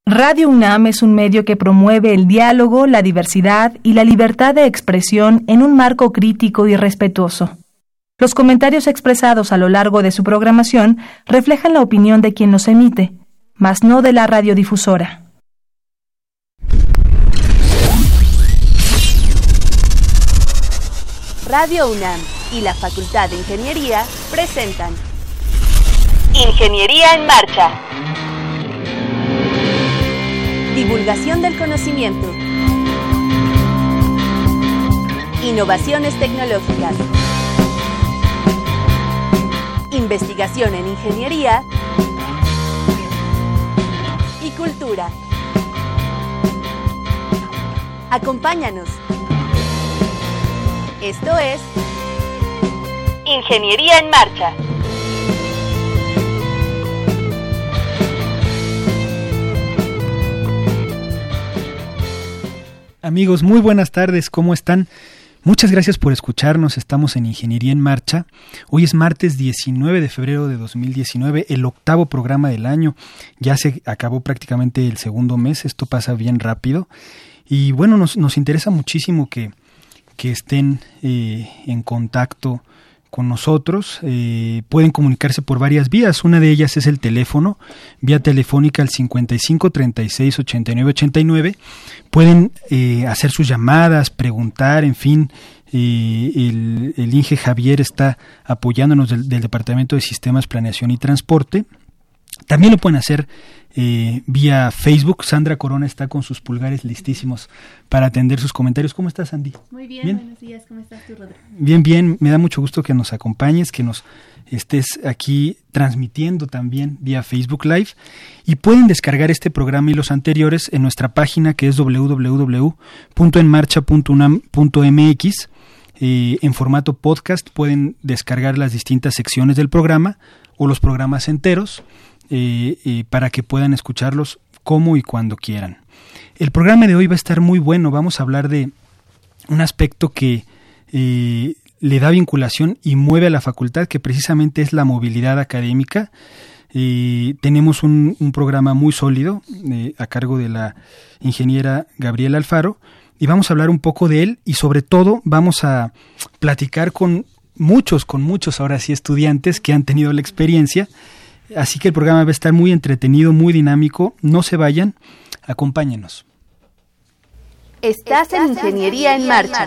Radio UNAM es un medio que promueve el diálogo, la diversidad y la libertad de expresión en un marco crítico y respetuoso. Los comentarios expresados a lo largo de su programación reflejan la opinión de quien los emite, mas no de la radiodifusora. Radio UNAM y la Facultad de Ingeniería presentan Ingeniería en Marcha. Divulgación del conocimiento. Innovaciones tecnológicas. Investigación en ingeniería y cultura. Acompáñanos. Esto es Ingeniería en Marcha. Amigos, muy buenas tardes, ¿cómo están? Muchas gracias por escucharnos, estamos en Ingeniería en Marcha. Hoy es martes 19 de febrero de 2019, el 8º programa del año. Ya se acabó prácticamente el segundo mes, esto pasa bien rápido. Y bueno, nos interesa muchísimo que estén en contacto con nosotros. Pueden comunicarse por varias vías. Una de ellas es el teléfono, vía telefónica al 55 36 89 89. Pueden hacer sus llamadas, preguntar, en fin. El Inge Javier está apoyándonos del Departamento de Sistemas, Planeación y Transporte. También lo pueden hacer vía Facebook. Sandra Corona está con sus pulgares listísimos para atender sus comentarios. ¿Cómo estás, Andy? Muy bien, buenos días. ¿Cómo estás tú, Rodrigo? Bien. Me da mucho gusto que nos acompañes, que nos estés aquí transmitiendo también vía Facebook Live. Y pueden descargar este programa y los anteriores en nuestra página, que es www.enmarcha.unam.mx. En formato podcast pueden descargar las distintas secciones del programa o los programas enteros, para que puedan escucharlos como y cuando quieran. El programa de hoy va a estar muy bueno. Vamos a hablar de un aspecto que le da vinculación y mueve a la facultad, que precisamente es la movilidad académica. Tenemos un programa muy sólido a cargo de la ingeniera Gabriela Alfaro, y vamos a hablar un poco de él, y sobre todo vamos a platicar con muchos ahora sí estudiantes que han tenido la experiencia. Así que el programa va a estar muy entretenido, muy dinámico. No se vayan, acompáñenos. Estás en Ingeniería en Marcha,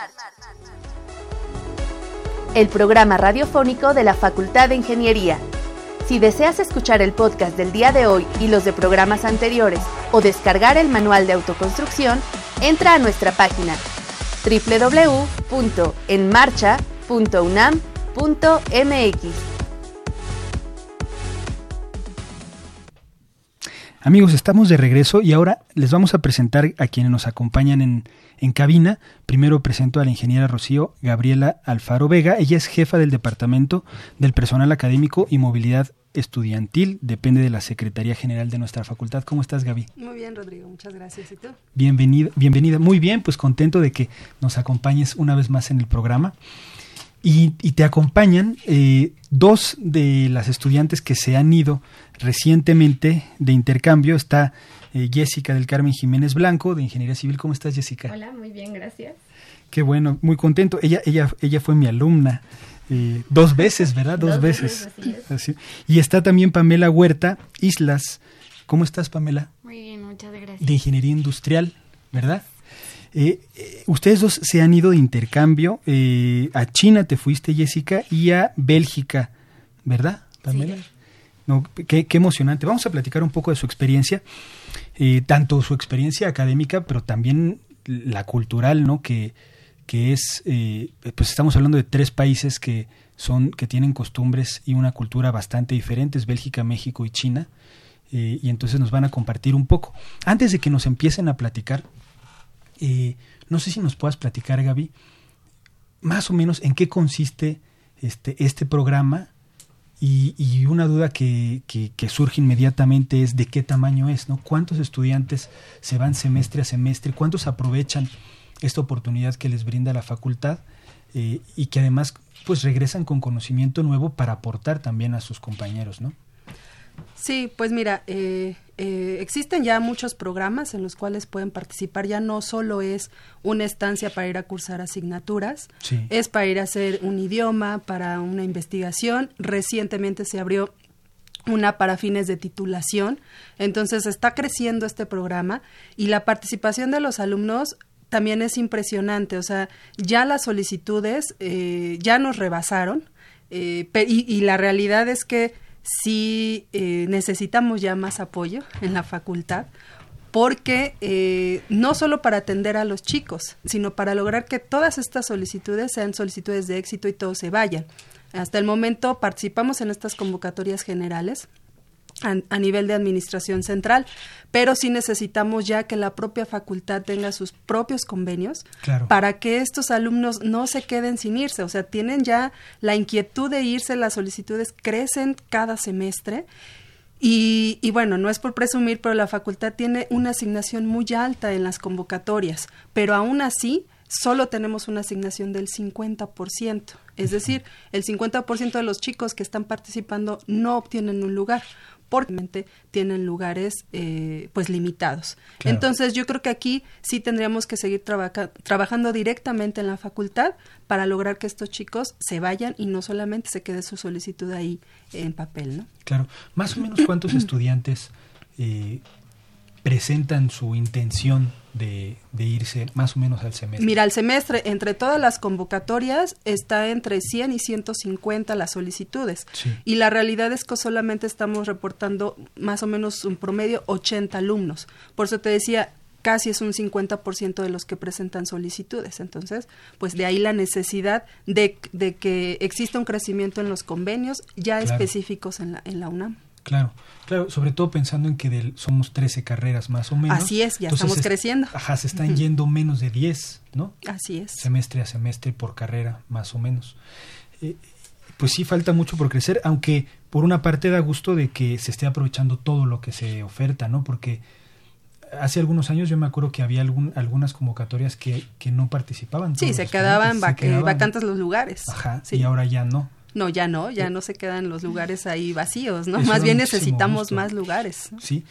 el programa radiofónico de la Facultad de Ingeniería. Si deseas escuchar el podcast del día de hoy y los de programas anteriores o descargar el manual de autoconstrucción, entra a nuestra página www.enmarcha.unam.mx. Amigos, estamos de regreso y ahora les vamos a presentar a quienes nos acompañan en cabina. Primero presento a la ingeniera Rocío Gabriela Alfaro Vega. Ella es jefa del Departamento del Personal Académico y Movilidad Estudiantil. Depende de la Secretaría General de nuestra facultad. ¿Cómo estás, Gaby? Muy bien, Rodrigo. Muchas gracias. ¿Y tú? Bienvenida. Muy bien, pues contento de que nos acompañes una vez más en el programa. Y te acompañan dos de las estudiantes que se han ido recientemente de intercambio. Está Jessica del Carmen Jiménez Blanco, de Ingeniería Civil. ¿Cómo estás, Jessica? Hola, muy bien, gracias. Qué bueno, muy contento. Ella fue mi alumna 2 veces, ¿verdad? Dos veces. Así. Y está también Pamela Huerta Islas. ¿Cómo estás, Pamela? Muy bien, muchas gracias. De Ingeniería Industrial, ¿verdad? Ustedes dos se han ido de intercambio. A China te fuiste, Jessica, y a Bélgica, ¿verdad, Pamela? Sí. No, qué emocionante. Vamos a platicar un poco de su experiencia, tanto su experiencia académica, pero también la cultural, ¿no? Que es, pues estamos hablando de 3 países que tienen costumbres y una cultura bastante diferentes: Bélgica, México y China. Y entonces nos van a compartir un poco. Antes de que nos empiecen a platicar, no sé si nos puedas platicar, Gaby, más o menos en qué consiste este programa, y una duda que surge inmediatamente es de qué tamaño es, ¿no? ¿Cuántos estudiantes se van semestre a semestre? ¿Cuántos aprovechan esta oportunidad que les brinda la facultad, y que además pues regresan con conocimiento nuevo para aportar también a sus compañeros, ¿no? Sí, pues mira, existen ya muchos programas en los cuales pueden participar. Ya no solo es una estancia para ir a cursar asignaturas, sí, es para ir a hacer un idioma, para una investigación. Recientemente se abrió una para fines de titulación. Entonces está creciendo este programa y la participación de los alumnos también es impresionante. O sea, ya las solicitudes ya nos rebasaron y la realidad es que sí necesitamos ya más apoyo en la facultad, porque no solo para atender a los chicos, sino para lograr que todas estas solicitudes sean solicitudes de éxito y todos se vayan. Hasta el momento participamos en estas convocatorias generales a nivel de administración central, pero sí necesitamos ya que la propia facultad tenga sus propios convenios, claro, para que estos alumnos no se queden sin irse. O sea, tienen ya la inquietud de irse, las solicitudes crecen cada semestre y bueno, no es por presumir, pero la facultad tiene una asignación muy alta en las convocatorias, pero aún así solo tenemos una asignación del 50%, es decir, el 50% de los chicos que están participando no obtienen un lugar, porque tienen lugares pues limitados. Claro. Entonces yo creo que aquí sí tendríamos que seguir trabajando directamente en la facultad para lograr que estos chicos se vayan y no solamente se quede su solicitud ahí en papel, ¿no? Claro. Más o menos ¿cuántos estudiantes presentan su intención de irse más o menos al semestre? Mira, al semestre, entre todas las convocatorias, está entre 100 y 150 las solicitudes. Sí. Y la realidad es que solamente estamos reportando más o menos un promedio 80 alumnos. Por eso te decía, casi es un 50% de los que presentan solicitudes. Entonces, pues de ahí la necesidad de que exista un crecimiento en los convenios ya claro, específicos en la UNAM. Claro, claro, sobre todo pensando en que somos 13 carreras más o menos. Así es, ya entonces estamos creciendo. Ajá, se están yendo menos de 10, ¿no? Así es. Semestre a semestre por carrera, más o menos. Pues sí, falta mucho por crecer, aunque por una parte da gusto de que se esté aprovechando todo lo que se oferta, ¿no? Porque hace algunos años yo me acuerdo que había algunas convocatorias que no participaban. Sí, se quedaban vacantes los lugares. Ajá, sí. Y ahora ya no. No, ya no se quedan los lugares ahí vacíos, ¿no? Más bien necesitamos más lugares, ¿no? Sí,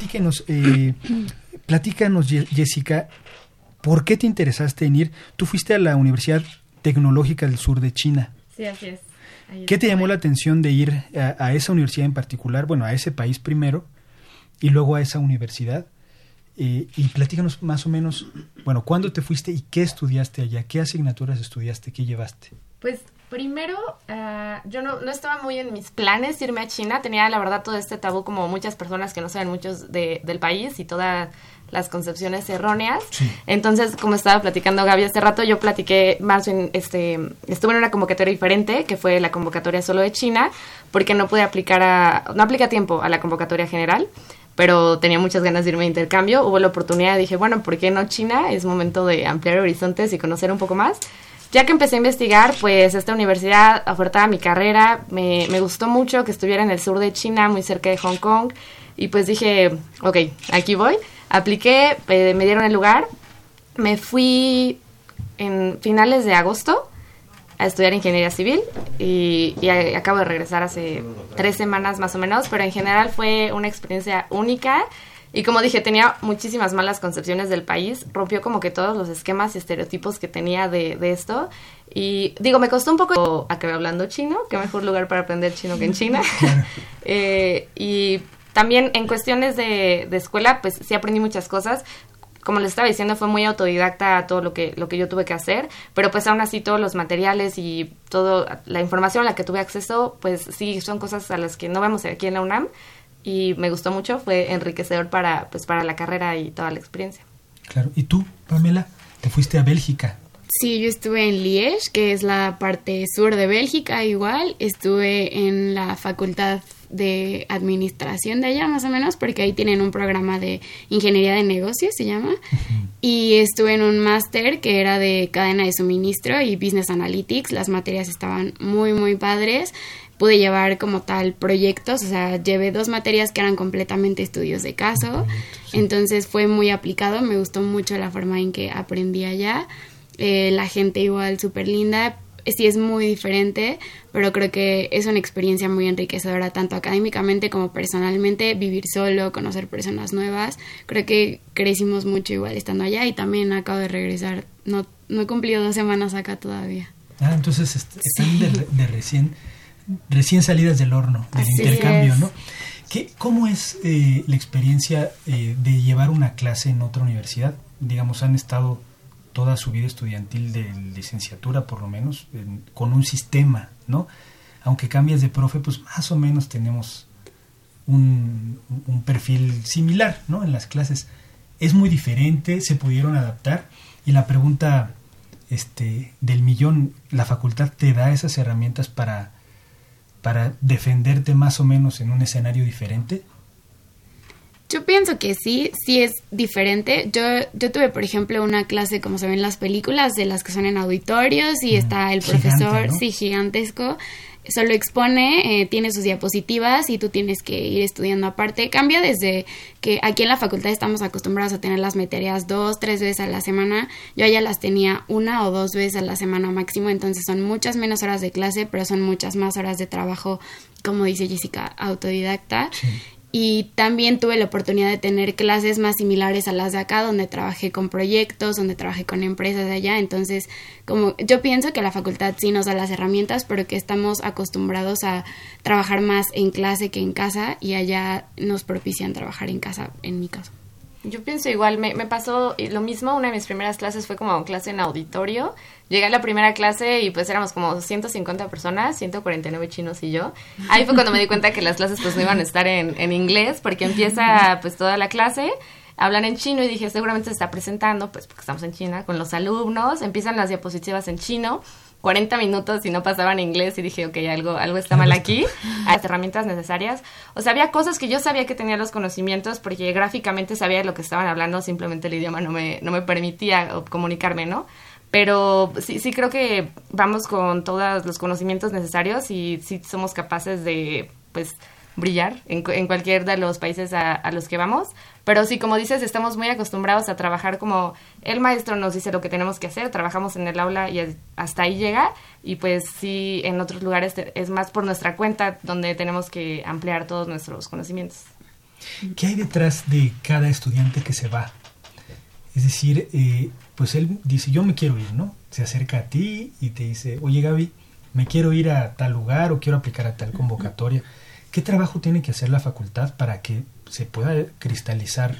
platícanos, Jessica, ¿por qué te interesaste en ir? Tú fuiste a la Universidad Tecnológica del Sur de China. Sí, así es. ¿Qué te llamó la atención de ir a esa universidad en particular? Bueno, a ese país primero y luego a esa universidad. Y platícanos más o menos, bueno, ¿cuándo te fuiste y qué estudiaste allá? ¿Qué asignaturas estudiaste? ¿Qué llevaste? Pues primero, yo no estaba muy en mis planes irme a China. Tenía, la verdad, todo este tabú como muchas personas que no saben muchos del país y todas las concepciones erróneas. Sí. Entonces, como estaba platicando Gaby hace rato, yo platiqué más bien, estuve en una convocatoria diferente, que fue la convocatoria solo de China, porque no pude no apliqué a tiempo a la convocatoria general, pero tenía muchas ganas de irme de intercambio. Hubo la oportunidad, dije, bueno, ¿por qué no China? Es momento de ampliar horizontes y conocer un poco más. Ya que empecé a investigar, pues esta universidad ofertaba mi carrera, me gustó mucho que estuviera en el sur de China, muy cerca de Hong Kong, y pues dije, ok, aquí voy. Apliqué, me dieron el lugar, me fui en finales de agosto a estudiar ingeniería civil y acabo de regresar hace 3 semanas más o menos, pero en general fue una experiencia única. Y como dije, tenía muchísimas malas concepciones del país, rompió como que todos los esquemas y estereotipos que tenía de esto. Y digo, me costó un poco acabar hablando chino, qué mejor lugar para aprender chino que en China. Y también en cuestiones de escuela, pues sí aprendí muchas cosas. Como les estaba diciendo, fue muy autodidacta todo lo que yo tuve que hacer, pero pues aún así todos los materiales y toda la información a la que tuve acceso, pues sí, son cosas a las que no vemos aquí en la UNAM. Y me gustó mucho, fue enriquecedor para la carrera y toda la experiencia. Claro. ¿Y tú, Pamela, te fuiste a Bélgica? Sí, yo estuve en Liège, que es la parte sur de Bélgica igual. Estuve en la facultad de administración de allá más o menos, porque ahí tienen un programa de ingeniería de negocios, se llama. Uh-huh. Y estuve en un máster que era de cadena de suministro y business analytics. Las materias estaban muy, muy padres. Pude llevar como tal proyectos, o sea, llevé 2 materias que eran completamente estudios de caso, sí. Entonces fue muy aplicado, me gustó mucho la forma en que aprendí allá, la gente igual súper linda, sí es muy diferente, pero creo que es una experiencia muy enriquecedora, tanto académicamente como personalmente, vivir solo, conocer personas nuevas. Creo que crecimos mucho igual estando allá, y también acabo de regresar. No he cumplido 2 semanas acá todavía. Entonces están de recién salidas del horno, del Así intercambio, es. ¿No? ¿Cómo es la experiencia de llevar una clase en otra universidad? Digamos, han estado toda su vida estudiantil de licenciatura, por lo menos, con un sistema, ¿no? Aunque cambies de profe, pues más o menos tenemos un perfil similar, ¿no? En las clases. Es muy diferente, se pudieron adaptar. Y la pregunta del millón, ¿la facultad te da esas herramientas para defenderte más o menos en un escenario diferente? Yo pienso que sí es diferente. Yo tuve, por ejemplo, una clase, como se ven en las películas, de las que son en auditorios, y está el profesor, gigante, ¿no? Sí, gigantesco. Solo expone, tiene sus diapositivas y tú tienes que ir estudiando aparte. Cambia desde que aquí en la facultad estamos acostumbrados a tener las materias 2-3 veces a la semana. Yo allá las tenía 1 o 2 veces a la semana máximo, entonces son muchas menos horas de clase, pero son muchas más horas de trabajo, como dice Jessica, autodidacta. Sí. Y también tuve la oportunidad de tener clases más similares a las de acá, donde trabajé con proyectos, donde trabajé con empresas de allá. Entonces, como yo pienso que la facultad sí nos da las herramientas, pero que estamos acostumbrados a trabajar más en clase que en casa, y allá nos propician trabajar en casa, en mi caso. Yo pienso igual, me pasó lo mismo. Una de mis primeras clases fue como clase en auditorio. Llegué a la primera clase y pues éramos como 150 personas, 149 chinos y yo. Ahí fue cuando me di cuenta que las clases pues no iban a estar en inglés, porque empieza pues toda la clase, hablan en chino, y dije, seguramente se está presentando, pues porque estamos en China, con los alumnos, empiezan las diapositivas en chino, 40 minutos y no pasaban inglés, y dije, ok, algo está mal aquí. Las herramientas necesarias. O sea, había cosas que yo sabía que tenía los conocimientos, porque gráficamente sabía de lo que estaban hablando, simplemente el idioma no me permitía comunicarme, ¿no? Pero sí creo que vamos con todos los conocimientos necesarios, y sí somos capaces de, pues, brillar en cualquier de los países a los que vamos. Pero sí, como dices, estamos muy acostumbrados a trabajar como el maestro nos dice lo que tenemos que hacer, trabajamos en el aula y hasta ahí llega, y pues sí, en otros lugares es más por nuestra cuenta, donde tenemos que ampliar todos nuestros conocimientos. ¿Qué hay detrás de cada estudiante que se va? Es decir, pues él dice, yo me quiero ir, ¿no? Se acerca a ti y te dice, oye Gaby, me quiero ir a tal lugar o quiero aplicar a tal convocatoria. ¿Qué trabajo tiene que hacer la facultad para que se pueda cristalizar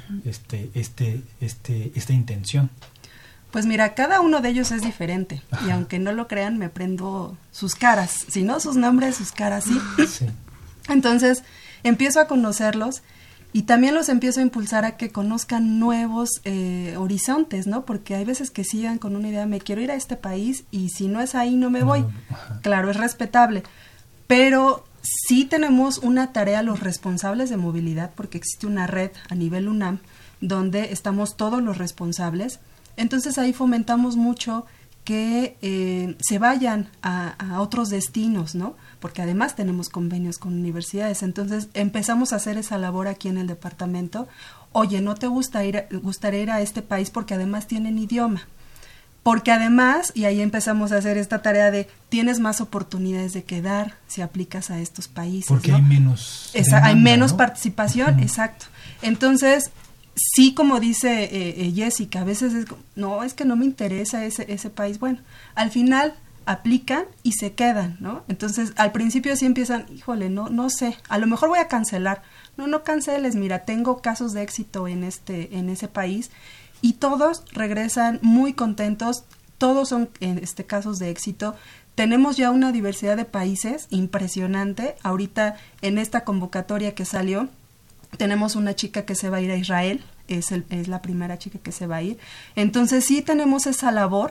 esta intención? Pues mira, cada uno de ellos es diferente. Ajá. Y aunque no lo crean, me aprendo sus caras, si no sus nombres, sus caras, ¿sí? Sí. Entonces, empiezo a conocerlos y también los empiezo a impulsar a que conozcan nuevos horizontes, ¿no? Porque hay veces que sigan con una idea, me quiero ir a este país y si no es ahí no me voy. Ajá. Claro, es respetable, pero sí tenemos una tarea los responsables de movilidad, porque existe una red a nivel UNAM donde estamos todos los responsables. Entonces ahí fomentamos mucho que se vayan a otros destinos, ¿no? Porque además tenemos convenios con universidades. Entonces empezamos a hacer esa labor aquí en el departamento. Oye, ¿no te gustaría ir a este país porque además tienen idioma? Porque además, y ahí empezamos a hacer esta tarea de, tienes más oportunidades de quedar si aplicas a estos países, porque ¿no? Hay menos demanda, hay menos, ¿no? Participación, uh-huh. Exacto. Entonces, sí, como dice Jessica, a veces es que no me interesa ese país. Bueno, al final aplican y se quedan, ¿no? Entonces, al principio sí empiezan, híjole, no sé, a lo mejor voy a cancelar. No canceles, mira, tengo casos de éxito en ese país. Y todos regresan muy contentos, todos son casos de éxito. Tenemos ya una diversidad de países impresionante. Ahorita en esta convocatoria que salió, tenemos una chica que se va a ir a Israel, es la primera chica que se va a ir. Entonces sí tenemos esa labor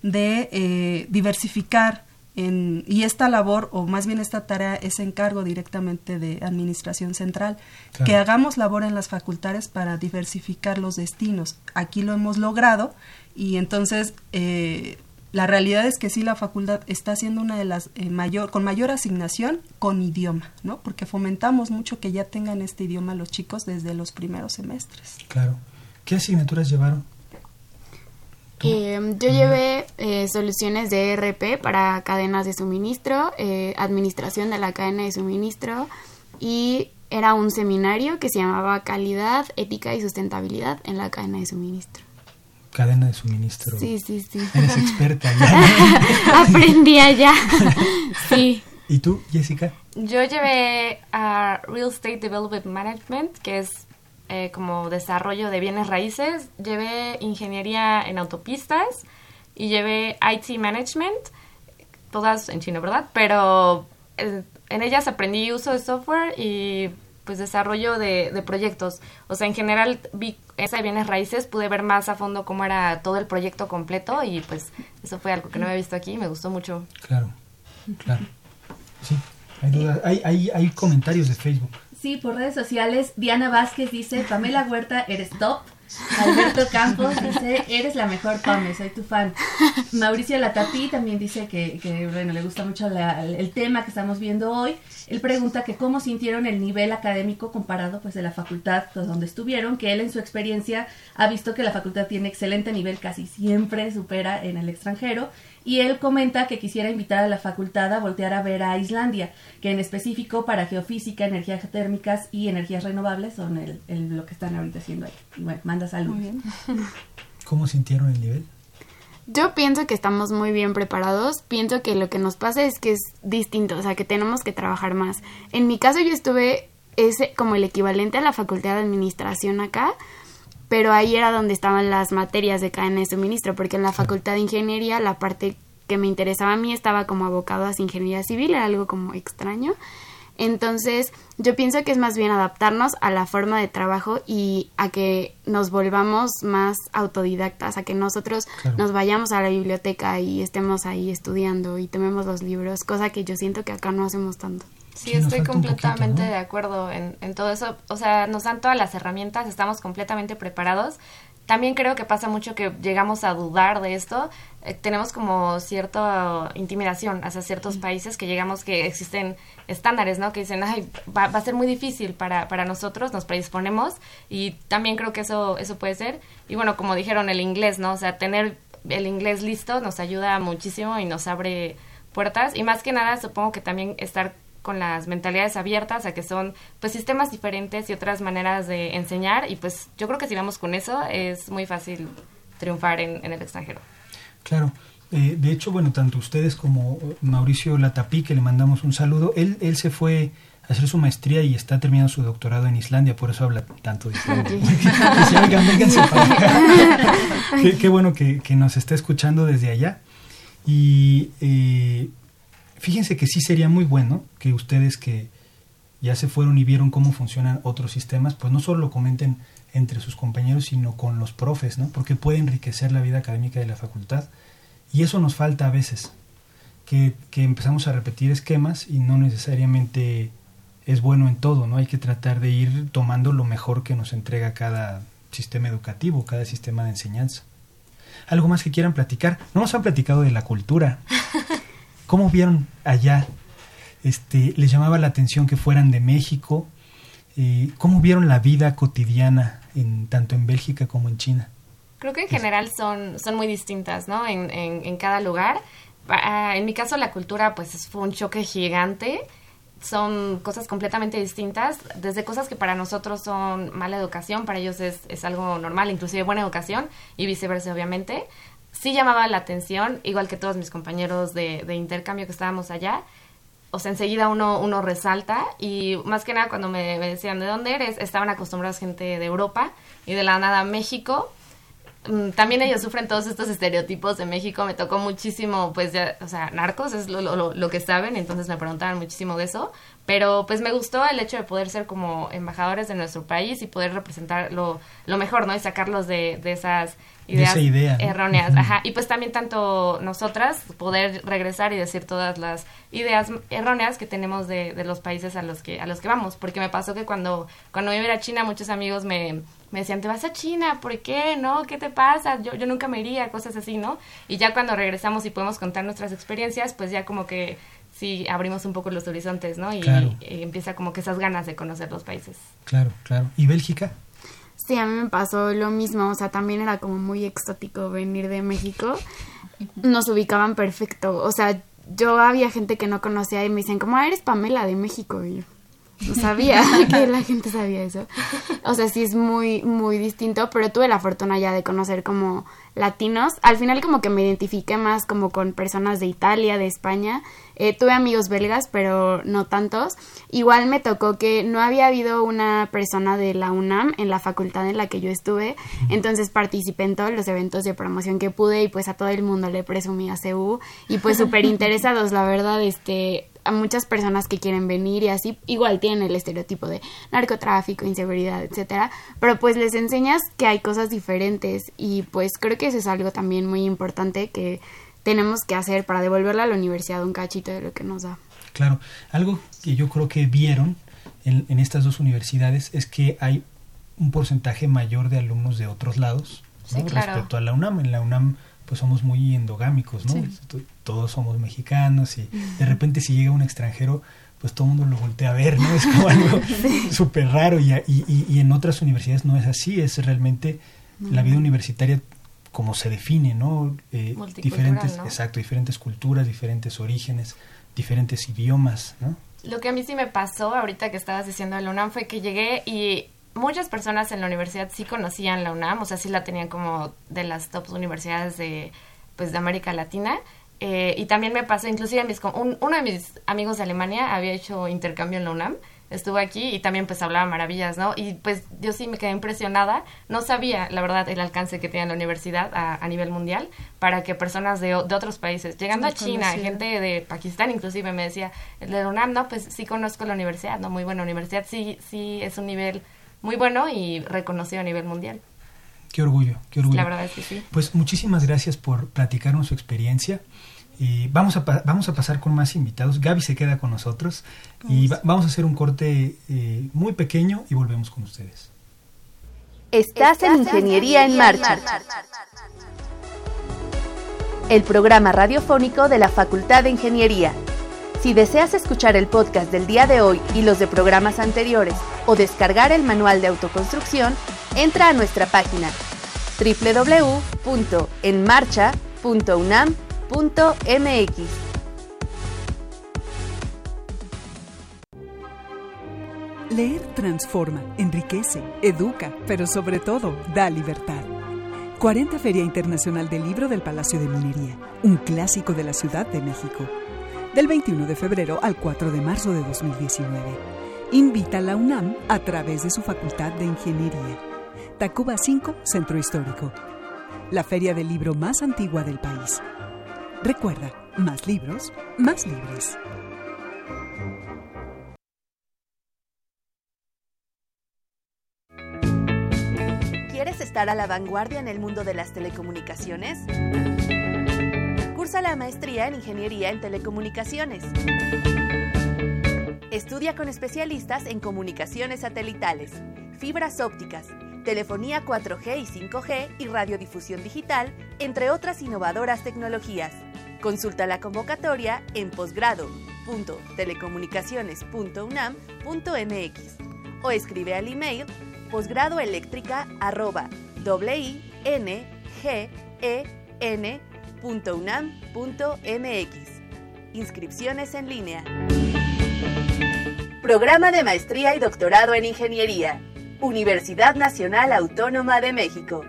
de diversificar, y esta labor, o más bien esta tarea, es encargo directamente de Administración Central, claro. Que hagamos labor en las facultades para diversificar los destinos. Aquí lo hemos logrado, y entonces la realidad es que sí, la facultad está haciendo una de las con mayor asignación con idioma, ¿no? Porque fomentamos mucho que ya tengan este idioma los chicos desde los primeros semestres. Claro. ¿Qué asignaturas llevaron? Yo llevé soluciones de ERP para cadenas de suministro, administración de la cadena de suministro, y era un seminario que se llamaba Calidad, Ética y Sustentabilidad en la cadena de suministro. Cadena de suministro. Sí. Eres experta ya. Aprendí allá. Sí. ¿Y tú, Jessica? Yo llevé a Real Estate Development Management, que es como desarrollo de bienes raíces. Llevé ingeniería en autopistas y llevé IT Management, todas en chino, ¿verdad? Pero en ellas aprendí uso de software y pues desarrollo de proyectos. O sea, en general vi esa de bienes raíces, pude ver más a fondo cómo era todo el proyecto completo y pues eso fue algo que no había visto aquí y me gustó mucho. Claro. Sí, hay dudas. Hay comentarios de Facebook. Sí, por redes sociales, Diana Vázquez dice, Pamela Huerta, eres top. Alberto Campos dice, eres la mejor, Pame, soy tu fan. Mauricio Latapí también dice que bueno, le gusta mucho el tema que estamos viendo hoy. Él pregunta que cómo sintieron el nivel académico comparado pues de la facultad pues, donde estuvieron, que él en su experiencia ha visto que la facultad tiene excelente nivel, casi siempre supera en el extranjero. Y él comenta que quisiera invitar a la facultad a voltear a ver a Islandia, que en específico para geofísica, energías térmicas y energías renovables son lo que están ahorita haciendo ahí. Y bueno, manda saludos. Muy bien. ¿Cómo sintieron el nivel? Yo pienso que estamos muy bien preparados. Pienso que lo que nos pasa es que es distinto, o sea, que tenemos que trabajar más. En mi caso yo estuve como el equivalente a la Facultad de Administración acá, pero ahí era donde estaban las materias de cadena de suministro, porque en la Facultad de Ingeniería la parte que me interesaba a mí estaba como abocado a ingeniería civil, era algo como extraño. Entonces, yo pienso que es más bien adaptarnos a la forma de trabajo y a que nos volvamos más autodidactas, a que nosotros nos vayamos a la biblioteca y estemos ahí estudiando y tomemos los libros, cosa que yo siento que acá no hacemos tanto. Sí, estoy completamente de acuerdo en todo eso. O sea, nos dan todas las herramientas, estamos completamente preparados. También creo que pasa mucho que llegamos a dudar de esto. Tenemos como cierta intimidación hacia ciertos países que llegamos que existen estándares, ¿no? Que dicen, ay, va a ser muy difícil para nosotros, nos predisponemos. Y también creo que eso puede ser. Y bueno, como dijeron, el inglés, ¿no? O sea, tener el inglés listo nos ayuda muchísimo y nos abre puertas. Y más que nada, supongo que también estar con las mentalidades abiertas a que son pues sistemas diferentes y otras maneras de enseñar y pues yo creo que si vamos con eso es muy fácil triunfar en el extranjero. Claro, de hecho, bueno, tanto ustedes como Mauricio Latapí, que le mandamos un saludo, él se fue a hacer su maestría y está terminando su doctorado en Islandia, por eso habla tanto de Islandia. Vénganse para acá. Qué bueno que nos está escuchando desde allá y fíjense que sí sería muy bueno que ustedes que ya se fueron y vieron cómo funcionan otros sistemas, pues no solo lo comenten entre sus compañeros, sino con los profes, ¿no? Porque puede enriquecer la vida académica de la facultad. Y eso nos falta a veces, que empezamos a repetir esquemas y no necesariamente es bueno en todo, ¿no? Hay que tratar de ir tomando lo mejor que nos entrega cada sistema educativo, cada sistema de enseñanza. ¿Algo más que quieran platicar? No nos han platicado de la cultura. ¿Cómo vieron allá? ¿Les llamaba la atención que fueran de México? ¿Cómo vieron la vida cotidiana tanto en Bélgica como en China? Creo que en general son muy distintas, ¿no? En cada lugar. En mi caso la cultura pues fue un choque gigante. Son cosas completamente distintas, desde cosas que para nosotros son mala educación, para ellos es algo normal, inclusive buena educación, y viceversa, obviamente. Sí llamaba la atención, igual que todos mis compañeros de intercambio que estábamos allá. O sea, enseguida uno resalta, y más que nada cuando me decían ¿de dónde eres? Estaban acostumbrados gente de Europa, y de la nada México. También ellos sufren todos estos estereotipos de México. Me tocó muchísimo, pues, ya, o sea, narcos es lo que saben, entonces me preguntaban muchísimo de eso. Pero, pues, me gustó el hecho de poder ser como embajadores de nuestro país y poder representar lo mejor, ¿no? Y sacarlos de esas ideas erróneas. Uh-huh. Ajá. Y, pues, también tanto nosotras poder regresar y decir todas las ideas erróneas que tenemos de los países a los que vamos. Porque me pasó que cuando iba a ir a China, muchos amigos me decían, ¿te vas a China? ¿Por qué? ¿No? ¿Qué te pasa? Yo nunca me iría, cosas así, ¿no? Y ya cuando regresamos y podemos contar nuestras experiencias, pues ya como que sí abrimos un poco los horizontes, ¿no? Y, claro. Y empieza como que esas ganas de conocer los países. Claro, claro. ¿Y Bélgica? Sí, a mí me pasó lo mismo, o sea, también era como muy exótico venir de México. Nos ubicaban perfecto, o sea, yo había gente que no conocía y me dicen como, eres Pamela de México, y yo no sabía que la gente sabía eso. O sea, sí es muy, muy distinto, pero tuve la fortuna ya de conocer como latinos. Al final como que me identifiqué más como con personas de Italia, de España. Tuve amigos belgas, pero no tantos. Igual me tocó que no había habido una persona de la UNAM en la facultad en la que yo estuve, entonces participé en todos los eventos de promoción que pude y pues a todo el mundo le presumí a CU y pues súper interesados, la verdad, a muchas personas que quieren venir y así, igual tienen el estereotipo de narcotráfico, inseguridad, etcétera, pero pues les enseñas que hay cosas diferentes y pues creo que eso es algo también muy importante que tenemos que hacer para devolverle a la universidad un cachito de lo que nos da. Claro, algo que yo creo que vieron en estas dos universidades es que hay un porcentaje mayor de alumnos de otros lados, ¿no? Sí, claro. Respecto a la UNAM. En la UNAM pues somos muy endogámicos, ¿no? Sí. Todos somos mexicanos y de repente si llega un extranjero pues todo el mundo lo voltea a ver, ¿no? Es como algo súper raro y en otras universidades no es así, es realmente la vida universitaria como se define, ¿no? Diferentes, ¿no? Exacto, diferentes culturas, diferentes orígenes, diferentes idiomas, ¿no? Lo que a mí sí me pasó ahorita que estabas diciendo de la UNAM fue que llegué y muchas personas en la universidad sí conocían la UNAM, o sea, sí la tenían como de las top universidades de América Latina. Y también me pasó, inclusive uno de mis amigos de Alemania había hecho intercambio en la UNAM, estuvo aquí y también pues hablaba maravillas, ¿no? Y pues yo sí me quedé impresionada, no sabía la verdad el alcance que tiene la universidad a nivel mundial para que personas de otros países, llegando a China, gente de Pakistán inclusive me decía, el de la UNAM, no, pues sí conozco la universidad, ¿no? Muy buena universidad, sí es un nivel muy bueno y reconocido a nivel mundial. Qué orgullo, qué orgullo. La verdad es que sí. Pues muchísimas gracias por platicarnos su experiencia. Vamos a pasar con más invitados. Gaby se queda con nosotros y vamos a hacer un corte muy pequeño y volvemos con ustedes. Estás en Ingeniería en Marcha, el programa radiofónico de la Facultad de Ingeniería. Si deseas escuchar el podcast del día de hoy y los de programas anteriores o descargar el manual de autoconstrucción, entra a nuestra página www.enmarcha.unam.mx. Leer transforma, enriquece, educa, pero sobre todo da libertad. 40 Feria Internacional del Libro del Palacio de Minería, un clásico de la Ciudad de México. Del 21 de febrero al 4 de marzo de 2019. Invita a la UNAM a través de su Facultad de Ingeniería. Tacuba 5, Centro Histórico. La feria del libro más antigua del país. Recuerda, más libros, más libres. ¿Quieres estar a la vanguardia en el mundo de las telecomunicaciones? Cursa la maestría en Ingeniería en Telecomunicaciones. Estudia con especialistas en comunicaciones satelitales, fibras ópticas, telefonía 4G y 5G y radiodifusión digital, entre otras innovadoras tecnologías. Consulta la convocatoria en posgrado.telecomunicaciones.unam.mx o escribe al email posgradoeléctrica@winen.unam.mx. Inscripciones en línea. Programa de Maestría y Doctorado en Ingeniería. Universidad Nacional Autónoma de México.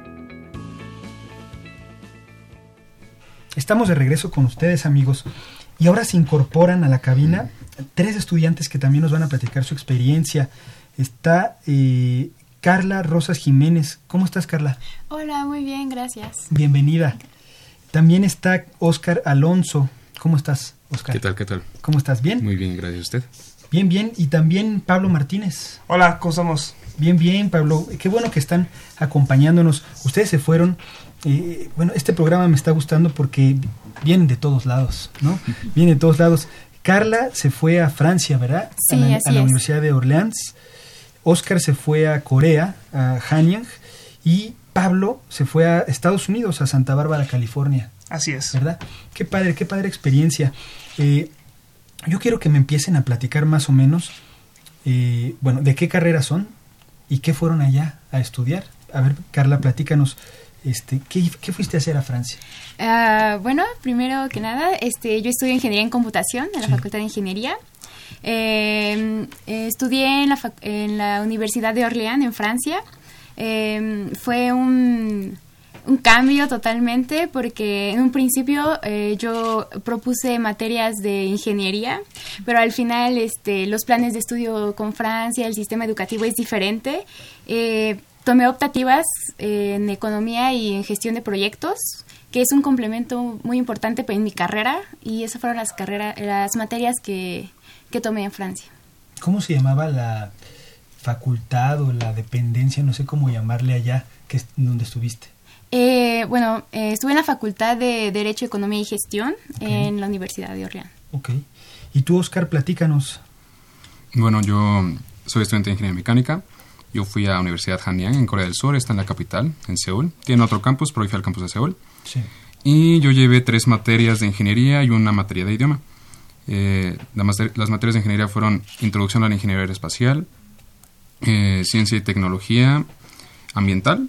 Estamos de regreso con ustedes, amigos, y ahora se incorporan a la cabina 3 estudiantes que también nos van a platicar su experiencia. Está Carla Rosas Jiménez. ¿Cómo estás, Carla? Hola, muy bien, gracias. Bienvenida. También está Óscar Alonso. ¿Cómo estás, Óscar? ¿Qué tal? ¿Cómo estás? ¿Bien? Muy bien, gracias a usted. Bien. Y también Pablo Martínez. Hola, ¿cómo estamos? Bien, Pablo. Qué bueno que están acompañándonos. Ustedes se fueron. Este programa me está gustando porque vienen de todos lados, ¿no? Vienen de todos lados. Carla se fue a Francia, ¿verdad? Sí, a la Universidad de Orleans. Óscar se fue a Corea, a Hanyang. Y Pablo se fue a Estados Unidos, a Santa Bárbara, California. Así es. ¿Verdad? Qué padre experiencia. Yo quiero que me empiecen a platicar más o menos, ¿de qué carrera son? ¿Y qué fueron allá a estudiar? A ver, Carla, platícanos, ¿qué fuiste a hacer a Francia? Bueno, primero que nada, yo estudio Ingeniería en Computación en la Facultad de Ingeniería. Estudié en la Universidad de Orleans, en Francia. Fue un cambio totalmente, porque en un principio yo propuse materias de ingeniería, pero al final los planes de estudio con Francia, el sistema educativo es diferente. Tomé optativas en economía y en gestión de proyectos, que es un complemento muy importante en mi carrera, y esas fueron las materias que tomé en Francia. ¿Cómo se llamaba la facultad o la dependencia, no sé cómo llamarle allá, donde estuviste? Estuve en la Facultad de Derecho, Economía y Gestión en la Universidad de Orleans. Ok. ¿Y tú, Oscar, platícanos? Bueno, yo soy estudiante de Ingeniería Mecánica. Yo fui a la Universidad Hanyang en Corea del Sur, está en la capital, en Seúl. Tiene otro campus, pero yo fui al campus de Seúl. Sí. Y yo llevé 3 materias de ingeniería y una materia de idioma. Las materias de ingeniería fueron Introducción a la Ingeniería Aeroespacial, Ciencia y Tecnología Ambiental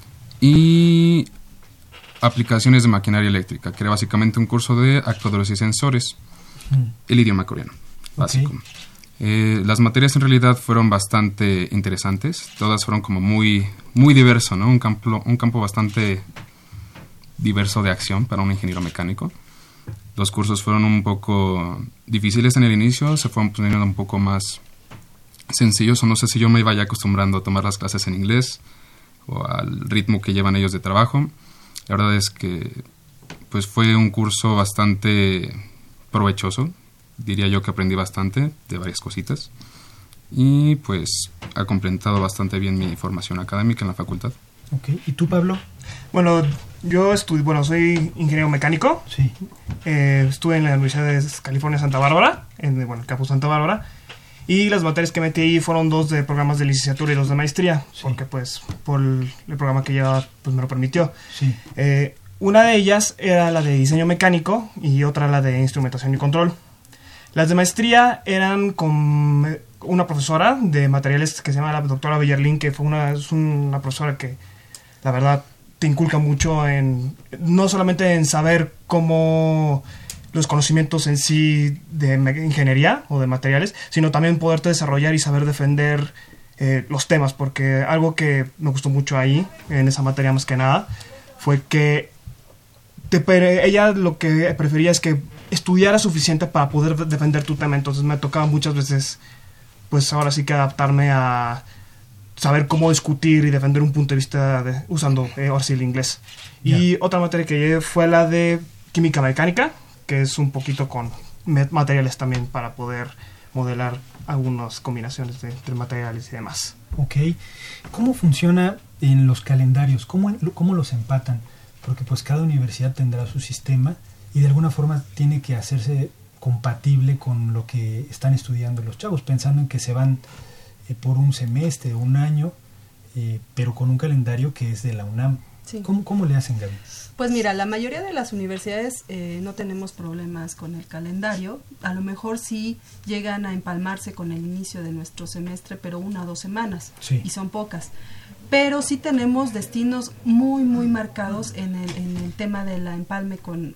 y Aplicaciones de Maquinaria Eléctrica, que era básicamente un curso de actuadores y sensores. El idioma coreano, básico. Okay. Las materias en realidad fueron bastante interesantes. Todas fueron como muy, muy diverso, ¿no? Un campo bastante diverso de acción para un ingeniero mecánico. Los cursos fueron un poco difíciles en el inicio, se fueron poniendo un poco más sencillos, o no sé si yo me iba ya acostumbrando a tomar las clases en inglés o al ritmo que llevan ellos de trabajo. La verdad es que pues fue un curso bastante provechoso. Diría yo que aprendí bastante de varias cositas y pues ha complementado bastante bien mi formación académica en la facultad. Ok. ¿Y tú, Pablo? Bueno, yo soy ingeniero mecánico. Sí. Estuve en la Universidad de California Santa Bárbara, en el campus Santa Bárbara, y las materias que metí ahí fueron 2 de programas de licenciatura y 2 de maestría, porque pues por el programa que llevaba pues me lo permitió. Sí. Una de ellas era la de diseño mecánico y otra la de instrumentación y control. Las de maestría eran con una profesora de materiales que se llama la doctora Bellerlin, que es una profesora que la verdad te inculca mucho no solamente en saber cómo los conocimientos en sí de ingeniería o de materiales, sino también poderte desarrollar y saber defender los temas, porque algo que me gustó mucho ahí, en esa materia más que nada, fue que ella lo que prefería es que estudiara suficiente para poder defender tu tema. Entonces me tocaba muchas veces, pues ahora sí que adaptarme a saber cómo discutir y defender un punto de vista usando ahora sí el inglés. Yeah. Y otra materia que llevé fue la de química mecánica, que es un poquito con materiales también para poder modelar algunas combinaciones entre materiales y demás. Ok. ¿Cómo funciona en los calendarios? ¿Cómo los empatan? Porque pues cada universidad tendrá su sistema y de alguna forma tiene que hacerse compatible con lo que están estudiando los chavos, pensando en que se van por un semestre o un año, pero con un calendario que es de la UNAM. Sí. ¿Cómo le hacen, Gaby? Pues mira, la mayoría de las universidades no tenemos problemas con el calendario. A lo mejor sí llegan a empalmarse con el inicio de nuestro semestre, pero 1 o 2 semanas, sí, y son pocas. Pero sí tenemos destinos muy, muy marcados en el tema de la empalme con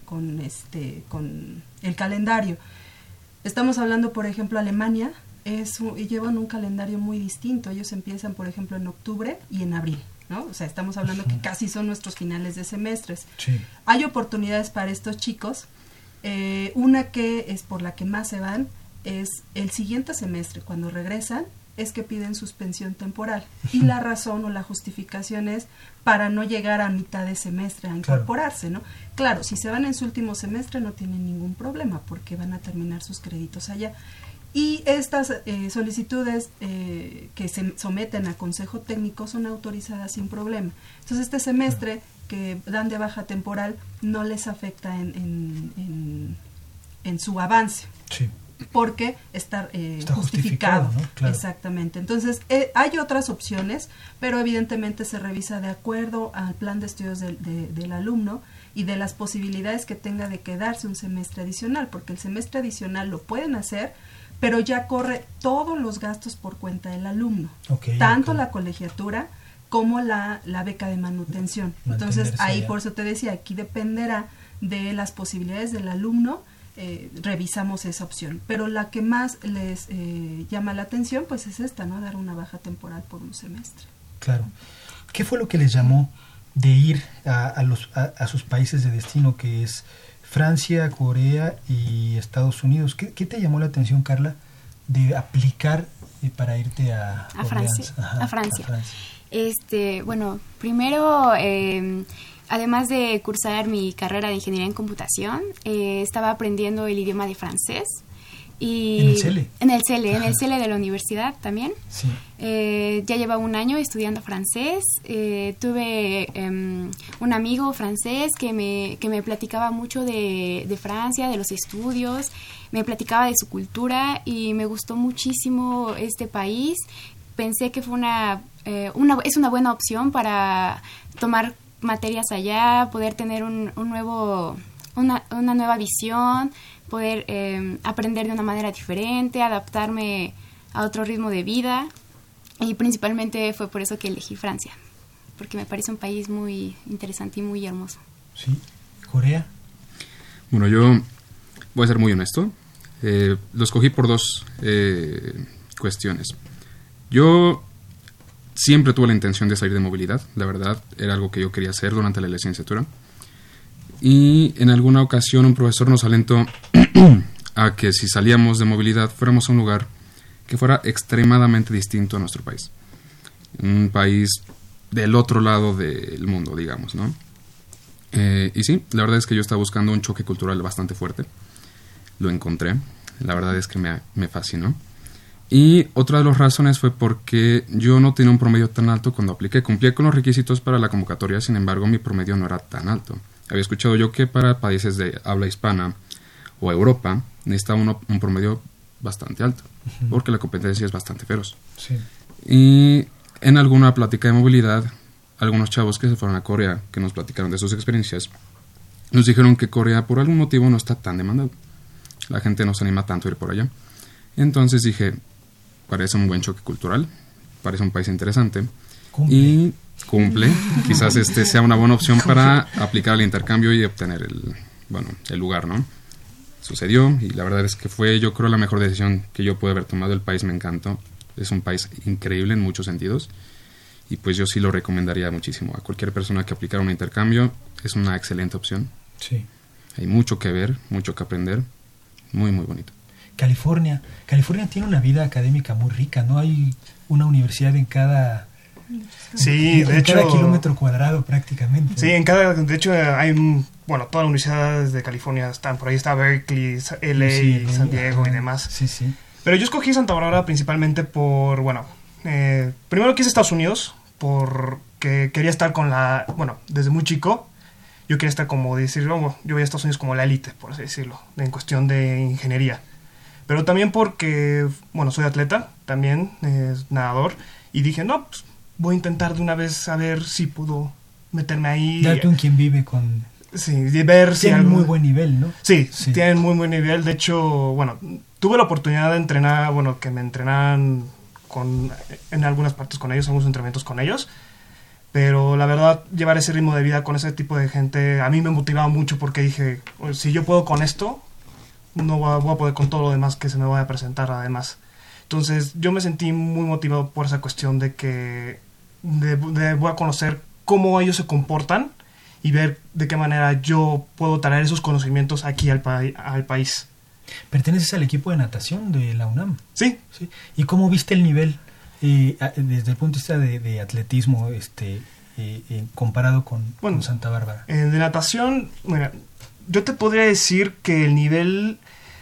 el calendario. Estamos hablando, por ejemplo, Alemania, llevan un calendario muy distinto. Ellos empiezan, por ejemplo, en octubre y en abril, ¿no? O sea, estamos hablando que casi son nuestros finales de semestres. Sí. Hay oportunidades para estos chicos. Una que es por la que más se van es el siguiente semestre, cuando regresan, es que piden suspensión temporal. Y la razón o la justificación es para no llegar a mitad de semestre a incorporarse, ¿no? Claro, si se van en su último semestre no tienen ningún problema porque van a terminar sus créditos allá. Y estas solicitudes que se someten a consejo técnico son autorizadas sin problema. Entonces este semestre que dan de baja temporal no les afecta en su avance. Sí. Porque está justificado, ¿no? Claro. Exactamente. Entonces, hay otras opciones, pero evidentemente se revisa de acuerdo al plan de estudios del alumno y de las posibilidades que tenga de quedarse un semestre adicional, porque el semestre adicional lo pueden hacer pero ya corre todos los gastos por cuenta del alumno, tanto la colegiatura como la beca de manutención. Entonces, ahí por eso te decía, aquí dependerá de las posibilidades del alumno, revisamos esa opción. Pero la que más les llama la atención, pues es esta, ¿no? Dar una baja temporal por un semestre. Claro. ¿Qué fue lo que les llamó de ir a sus países de destino, que es Francia, Corea y Estados Unidos? ¿Qué te llamó la atención, Carla, de aplicar para irte a Francia? Ajá, a Francia. A Francia. Bueno, primero, además de cursar mi carrera de ingeniería en computación, estaba aprendiendo el idioma de francés. Y ¿En el CELE? En el CELE de la universidad también. Sí. Ya lleva un año estudiando francés. Tuve un amigo francés que me platicaba mucho de Francia, de los estudios, me platicaba de su cultura y me gustó muchísimo este país. Pensé que fue es una buena opción para tomar materias allá, poder tener una nueva visión, poder aprender de una manera diferente, adaptarme a otro ritmo de vida, y principalmente fue por eso que elegí Francia, porque me parece un país muy interesante y muy hermoso. Sí. ¿Corea? Bueno, yo voy a ser muy honesto. Lo escogí por dos cuestiones. Yo siempre tuve la intención de salir de movilidad, la verdad, era algo que yo quería hacer durante la licenciatura. Y en alguna ocasión un profesor nos alentó a que si salíamos de movilidad fuéramos a un lugar que fuera extremadamente distinto a nuestro país. Un país del otro lado del mundo, digamos, ¿no? Y sí, la verdad es que yo estaba buscando un choque cultural bastante fuerte. Lo encontré. La verdad es que me fascinó. Y otra de las razones fue porque yo no tenía un promedio tan alto cuando apliqué. Cumplía con los requisitos para la convocatoria, sin embargo mi promedio no era tan alto. Había escuchado yo que para países de habla hispana o Europa necesita un promedio bastante alto, porque la competencia es bastante feroz. Sí. Y en alguna plática de movilidad, algunos chavos que se fueron a Corea, que nos platicaron de sus experiencias, nos dijeron que Corea por algún motivo no está tan demandado. La gente no se anima tanto a ir por allá. Entonces dije, parece un buen choque cultural, parece un país interesante. Y cumple. Quizás sea una buena opción para aplicar el intercambio y obtener el lugar, ¿no? Sucedió y la verdad es que fue, yo creo, la mejor decisión que yo pude haber tomado. El país me encantó. Es un país increíble en muchos sentidos y pues yo sí lo recomendaría muchísimo a cualquier persona que aplicara un intercambio. Es una excelente opción. Sí. Hay mucho que ver, mucho que aprender. Muy, muy bonito. California tiene una vida académica muy rica, ¿no? Hay una universidad en cada... Sí, de hecho, cada kilómetro cuadrado prácticamente. Sí, de hecho hay, todas las universidades de California están, por ahí está Berkeley, LA, sí, San Diego y demás. Sí, sí. Pero yo escogí Santa Bárbara principalmente por, primero quise Estados Unidos, porque quería estar desde muy chico, yo quería estar como yo voy a Estados Unidos como la élite, por así decirlo, en cuestión de ingeniería. Pero también porque, soy atleta, también, nadador, y dije, voy a intentar de una vez a ver si puedo meterme ahí. Date un quien vive con... Sí, de ver si... Tienen muy buen nivel, ¿no? Sí, tienen muy buen nivel. De hecho, tuve la oportunidad de entrenar, que me entrenaran en algunas partes con ellos, algunos entrenamientos con ellos. Pero la verdad, llevar ese ritmo de vida con ese tipo de gente, a mí me motivaba mucho porque dije, si yo puedo con esto, no voy a poder con todo lo demás que se me vaya a presentar además. Entonces yo me sentí muy motivado por esa cuestión de que voy a conocer cómo ellos se comportan y ver de qué manera yo puedo traer esos conocimientos aquí al país. ¿Perteneces al equipo de natación de la UNAM? Sí. ¿Y cómo viste el nivel desde el punto de vista de atletismo comparado con Santa Bárbara? De natación, yo te podría decir que el nivel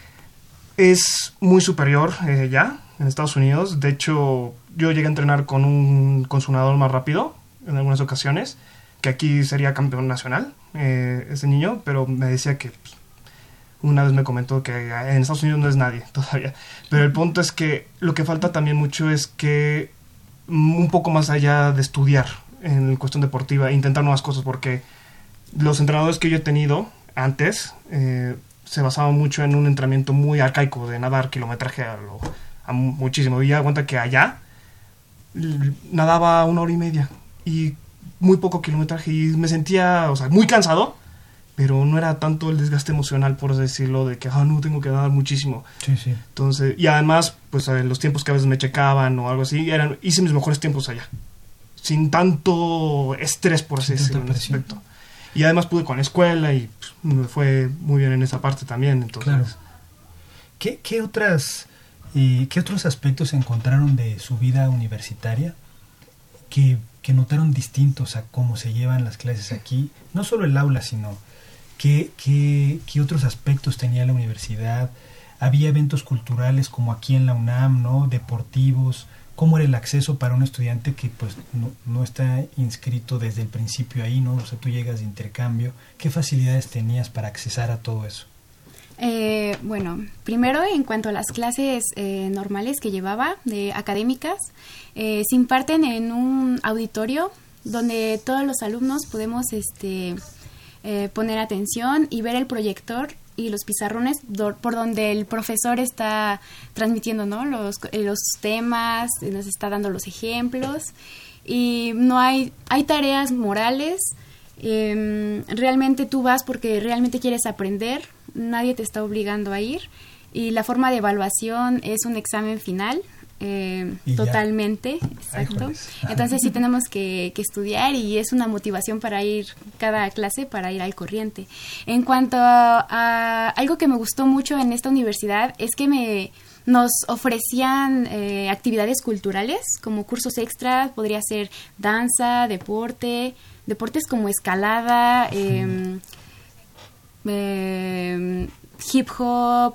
es muy superior ya en Estados Unidos. De hecho, yo llegué a entrenar con su nadador más rápido en algunas ocasiones, que aquí sería campeón nacional, ese niño, pero me decía que una vez me comentó que en Estados Unidos no es nadie todavía. Pero el punto es que lo que falta también mucho es que un poco más allá de estudiar en cuestión deportiva, intentar nuevas cosas, porque los entrenadores que yo he tenido antes se basaba mucho en un entrenamiento muy arcaico de nadar kilometraje a muchísimo. Y ya cuenta que allá nadaba 1 hora y media y muy poco kilometraje y me sentía, o sea, muy cansado, pero no era tanto el desgaste emocional, por decirlo, de que no tengo que nadar muchísimo. Sí, sí. Entonces, y además, pues en los tiempos que a veces me checaban o algo así, hice mis mejores tiempos allá, sin tanto estrés, por así decirlo, en ese aspecto. Y además pude con la escuela y pues, me fue muy bien en esa parte también. Entonces, claro. ¿Qué otros aspectos encontraron de su vida universitaria que notaron distintos a cómo se llevan las clases aquí? No solo el aula, sino ¿qué otros aspectos tenía la universidad? ¿Había eventos culturales como aquí en la UNAM, ¿no? Deportivos? ¿Cómo era el acceso para un estudiante que pues no está inscrito desde el principio ahí, ¿no? O sea, tú llegas de intercambio. ¿Qué facilidades tenías para accesar a todo eso? Bueno, primero en cuanto a las clases normales que llevaba, académicas, se imparten en un auditorio donde todos los alumnos podemos poner atención y ver el proyector y los pizarrones por donde el profesor está transmitiendo, ¿no? los temas, nos está dando los ejemplos y no hay tareas morales. Realmente tú vas porque realmente quieres aprender, nadie te está obligando a ir y la forma de evaluación es un examen final. Totalmente, exacto. Entonces sí tenemos que estudiar y es una motivación para ir cada clase, para ir al corriente. En cuanto a algo que me gustó mucho en esta universidad es que nos ofrecían actividades culturales como cursos extras, podría ser danza, deportes como escalada, hip hop,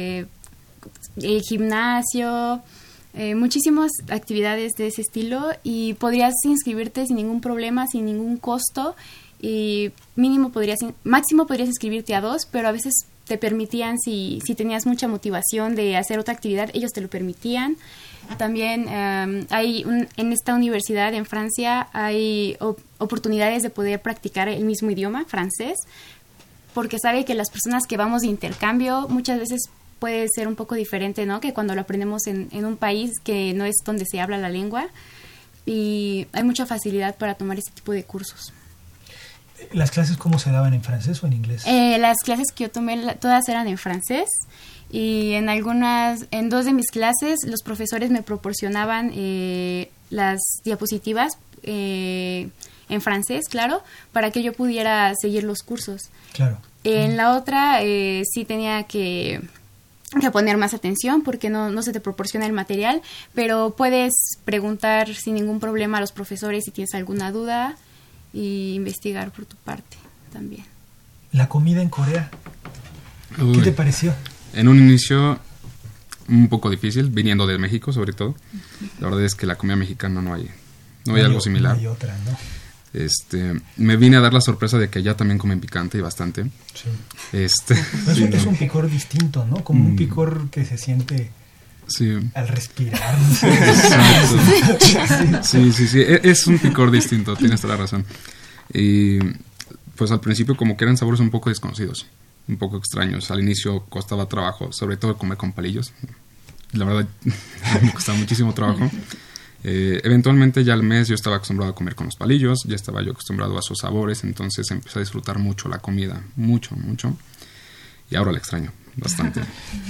gimnasio, muchísimas actividades de ese estilo y podrías inscribirte sin ningún problema, sin ningún costo y máximo podrías inscribirte a 2, pero a veces te permitían, si tenías mucha motivación de hacer otra actividad, ellos te lo permitían. También en esta universidad en Francia hay oportunidades de poder practicar el mismo idioma, francés, porque sabe que las personas que vamos de intercambio muchas veces puede ser un poco diferente, ¿no? Que cuando lo aprendemos en un país que no es donde se habla la lengua y hay mucha facilidad para tomar este tipo de cursos. ¿Las clases cómo se daban, en francés o en inglés? Las clases que yo tomé todas eran en francés y en 2 de mis clases los profesores me proporcionaban las diapositivas en francés, claro, para que yo pudiera seguir los cursos. Claro. En la otra sí tenía que poner más atención porque no se te proporciona el material, pero puedes preguntar sin ningún problema a los profesores si tienes alguna duda y investigar por tu parte también. La comida en Corea, ¿qué te pareció? En un inicio un poco difícil, viniendo de México sobre todo. La verdad es que la comida mexicana no hay algo similar. No hay otra, ¿no? Me vine a dar la sorpresa de que allá también comen picante y bastante. Sí. Es un picor distinto, ¿no? Como un picor que se siente al respirar. Exacto. Sí. Es un picor distinto, tienes toda la razón. Y pues al principio como que eran sabores un poco desconocidos, un poco extraños. Al inicio costaba trabajo, sobre todo comer con palillos. La verdad me costaba muchísimo trabajo. Eventualmente ya al mes yo estaba acostumbrado a comer con los palillos, ya estaba yo acostumbrado a sus sabores, entonces empecé a disfrutar mucho la comida, mucho, y ahora la extraño bastante.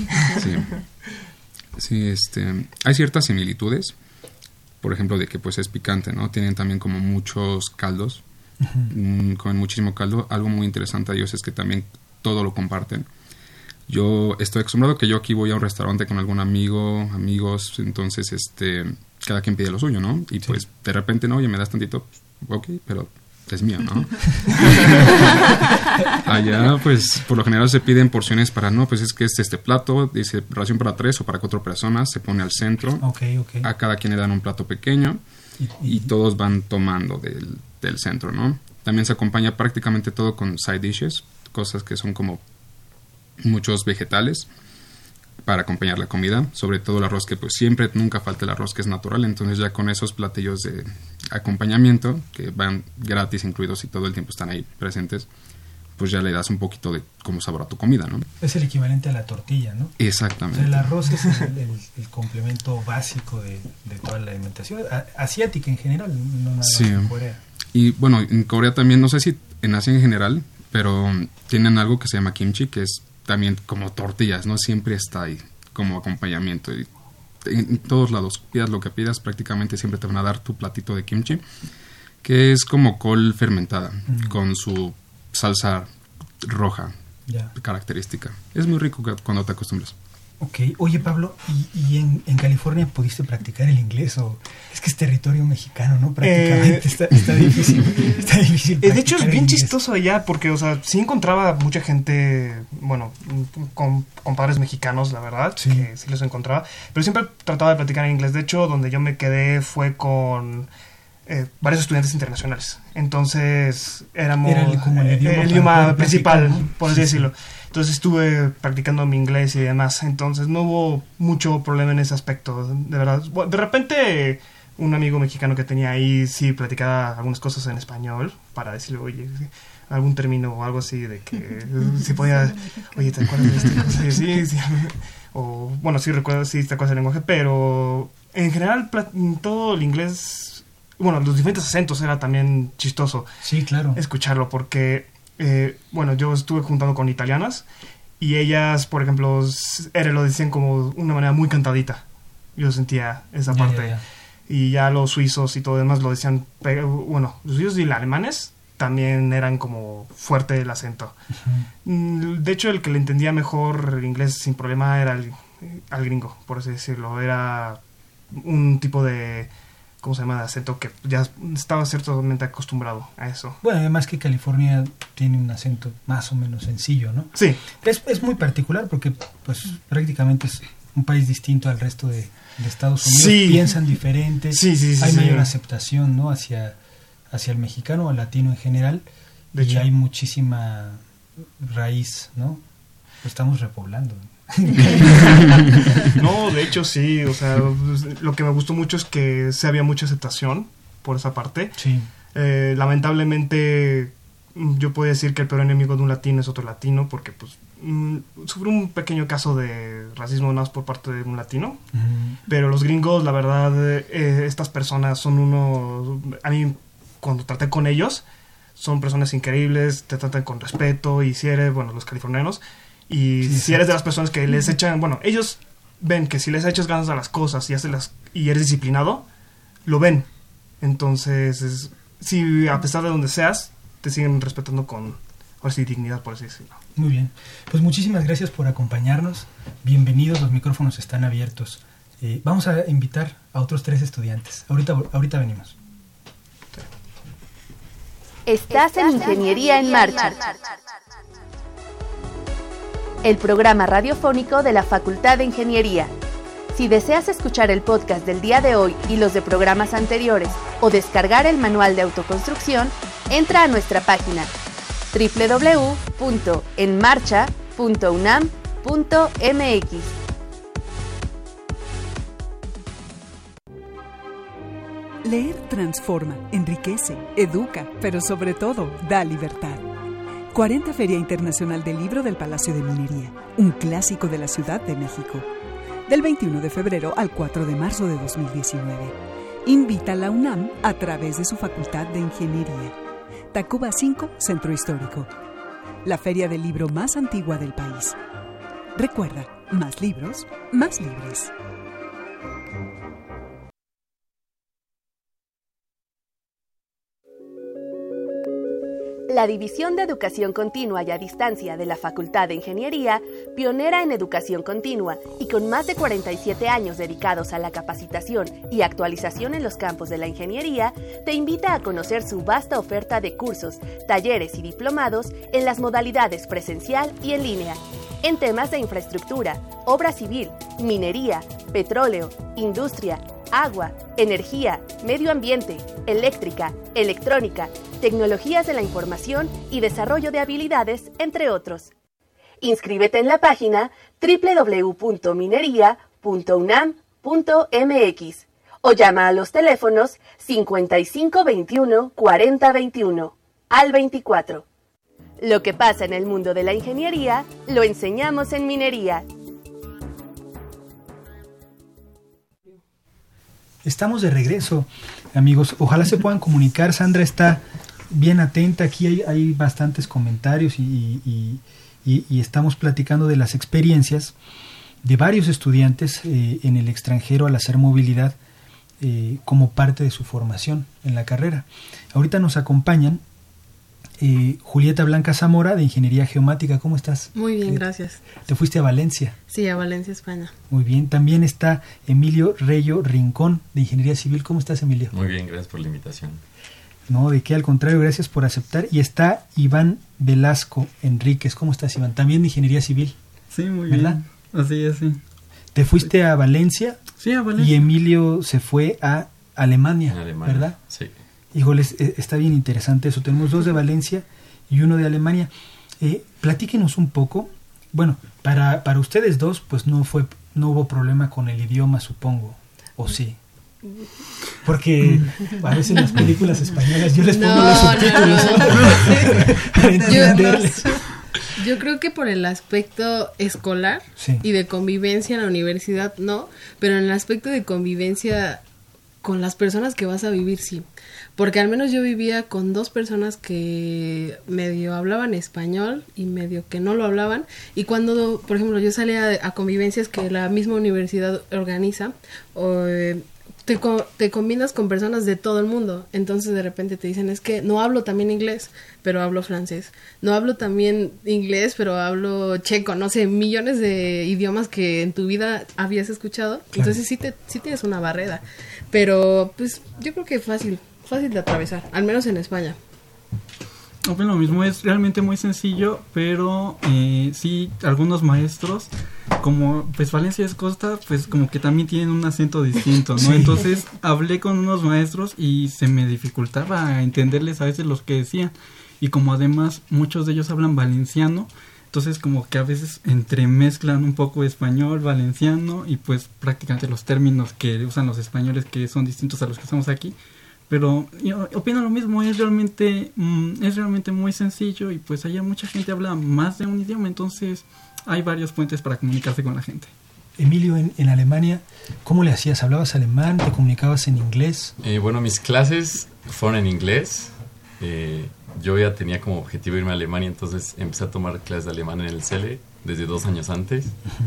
Sí, hay ciertas similitudes, por ejemplo de que pues es picante, ¿no? Tienen también como muchos caldos, comen muchísimo caldo. Algo muy interesante de ellos es que también todo lo comparten. Yo estoy acostumbrado que yo aquí voy a un restaurante con algún amigos, entonces cada quien pide lo suyo, ¿no? Y pues de repente, no, oye, me das tantito, ok, pero es mío, ¿no? Allá, pues, por lo general se piden porciones para, no, pues es que es este plato, dice ración para 3 o para 4 personas, se pone al centro. Okay. A cada quien le dan un plato pequeño y todos van tomando del centro, ¿no? También se acompaña prácticamente todo con side dishes, cosas que son como muchos vegetales para acompañar la comida, sobre todo el arroz, que pues siempre, nunca falta el arroz, que es natural. Entonces ya con esos platillos de acompañamiento que van gratis incluidos y todo el tiempo están ahí presentes, pues ya le das un poquito de como sabor a tu comida, ¿no? Es el equivalente a la tortilla, ¿no? Exactamente. O sea, el arroz es el complemento básico de toda la alimentación asiática en general, no nada más en Corea. Y bueno, en Corea también, no sé si en Asia en general, pero tienen algo que se llama kimchi, que es también como tortillas, ¿no? Siempre está ahí como acompañamiento. Y en todos lados, pidas lo que pidas, prácticamente siempre te van a dar tu platito de kimchi, que es como col fermentada, con su salsa roja característica. Es muy rico cuando te acostumbras. Ok. Oye, Pablo, ¿y en California pudiste practicar el inglés? O es que es territorio mexicano, ¿no? Prácticamente está difícil. Está difícil. De hecho, es bien chistoso allá porque, o sea, sí encontraba mucha gente, bueno, con padres mexicanos, la verdad, que sí los encontraba. Pero siempre trataba de practicar en inglés. De hecho, donde yo me quedé fue con varios estudiantes internacionales. Entonces, éramos el idioma principal, ¿no? Por así decirlo. Entonces estuve practicando mi inglés y demás. Entonces no hubo mucho problema en ese aspecto, de verdad. De repente, un amigo mexicano que tenía ahí sí platicaba algunas cosas en español para decirle, oye, algún término o algo así de que se podía, oye, ¿te acuerdas de esta cosa? Sí. O, bueno, sí recuerdo, sí, esta cosa del lenguaje, pero en general todo el inglés, bueno, los diferentes acentos era también chistoso. Sí, claro. Escucharlo porque... bueno, yo estuve juntando con italianas y ellas, por ejemplo, lo decían como una manera muy cantadita. Yo sentía esa parte. Y ya los suizos y todo demás lo decían, bueno, los suizos y los alemanes también eran como fuerte el acento. De hecho, el que le entendía mejor el inglés sin problema era al gringo, por así decirlo. Era un tipo de... ¿cómo se llama? De acento que ya estaba ciertamente acostumbrado a eso. Bueno, además que California tiene un acento más o menos sencillo, ¿no? Sí. Es muy particular porque pues prácticamente es un país distinto al resto de Estados Unidos. Sí. Piensan diferente. Sí, hay mayor aceptación, ¿no? Hacia el mexicano o al latino en general. De hecho, hay muchísima raíz, ¿no? Lo estamos repoblando. No, de hecho sí, o sea, lo que me gustó mucho es que sí había mucha aceptación por esa parte. Sí. Lamentablemente yo puedo decir que el peor enemigo de un latino es otro latino porque pues sufre un pequeño caso de racismo más por parte de un latino, pero los gringos, la verdad, estas personas son a mí cuando traté con ellos son personas increíbles, te tratan con respeto y si eres, bueno, los californianos. Y si eres de las personas que les echan... Bueno, ellos ven que si les echas ganas a las cosas y eres disciplinado, lo ven. Entonces, si a pesar de donde seas, te siguen respetando con dignidad, por así decirlo. Muy bien. Pues muchísimas gracias por acompañarnos. Bienvenidos, los micrófonos están abiertos. Vamos a invitar a otros 3 estudiantes. Ahorita venimos. Estás en Ingeniería en Marcha, el programa radiofónico de la Facultad de Ingeniería. Si deseas escuchar el podcast del día de hoy y los de programas anteriores o descargar el manual de autoconstrucción, entra a nuestra página www.enmarcha.unam.mx. Leer transforma, enriquece, educa, pero sobre todo da libertad. 40 Feria Internacional del Libro del Palacio de Minería, un clásico de la Ciudad de México. Del 21 de febrero al 4 de marzo de 2019. Invita a la UNAM a través de su Facultad de Ingeniería. Tacuba 5, Centro Histórico. La feria del libro más antigua del país. Recuerda, más libros, más libres. La División de Educación Continua y a Distancia de la Facultad de Ingeniería, pionera en educación continua y con más de 47 años dedicados a la capacitación y actualización en los campos de la ingeniería, te invita a conocer su vasta oferta de cursos, talleres y diplomados en las modalidades presencial y en línea, en temas de infraestructura, obra civil, minería, petróleo, industria, agua, energía, medio ambiente, eléctrica, electrónica, tecnologías de la información y desarrollo de habilidades, entre otros. Inscríbete en la página www.minería.unam.mx o llama a los teléfonos 5521 4021 al 24. Lo que pasa en el mundo de la ingeniería, lo enseñamos en Minería. Estamos de regreso, amigos. Ojalá se puedan comunicar. Sandra está bien atenta. Aquí hay bastantes comentarios y estamos platicando de las experiencias de varios estudiantes en el extranjero al hacer movilidad como parte de su formación en la carrera. Ahorita nos acompañan Julieta Blanca Zamora, de Ingeniería Geomática. ¿Cómo estás? Muy bien, gracias. ¿Te fuiste a Valencia? Sí, a Valencia, España. Muy bien. También está Emilio Reyo Rincón, de Ingeniería Civil. ¿Cómo estás, Emilio? Muy bien, gracias por la invitación. No, de qué, al contrario, gracias por aceptar. Y está Iván Velasco Enríquez. ¿Cómo estás, Iván? También de Ingeniería Civil. Sí, muy ¿verdad? bien. Así es, sí. ¿Te fuiste a Valencia? Sí, a Valencia. Y Emilio se fue a Alemania, ¿verdad? Sí. Híjoles, está bien interesante eso. Tenemos 2 de Valencia y 1 de Alemania. Platíquenos un poco. Bueno, para ustedes 2, pues no hubo problema con el idioma, supongo, ¿o sí? Porque a veces en las películas españolas yo les pongo los subtítulos para entenderles. Yo creo que por el aspecto escolar y de convivencia en la universidad no, pero en el aspecto de convivencia con las personas que vas a vivir sí. Porque al menos yo vivía con 2 personas que medio hablaban español y medio que no lo hablaban. Y cuando, por ejemplo, yo salía a convivencias que la misma universidad organiza, te combinas con personas de todo el mundo. Entonces de repente te dicen, es que no hablo también inglés, pero hablo francés. No hablo también inglés, pero hablo checo. No sé, millones de idiomas que en tu vida habías escuchado. Claro. Entonces sí tienes una barrera. Pero pues yo creo que fácil de atravesar, al menos en España. Lo mismo, es realmente muy sencillo, pero sí, algunos maestros, como pues Valencia es costa, pues como que también tienen un acento distinto, ¿no? Sí. Entonces hablé con unos maestros y se me dificultaba entenderles a veces los que decían, y como además muchos de ellos hablan valenciano, entonces como que a veces entremezclan un poco español, valenciano, y pues prácticamente los términos que usan los españoles que son distintos a los que usamos aquí. Pero yo opino lo mismo, es realmente muy sencillo, y pues allá mucha gente habla más de un idioma, entonces hay varios puentes para comunicarse con la gente. Emilio, en Alemania, ¿cómo le hacías? ¿Hablabas alemán? ¿Te comunicabas en inglés? Bueno, mis clases fueron en inglés. Yo ya tenía como objetivo irme a Alemania, entonces empecé a tomar clases de alemán en el CELE desde 2 años antes.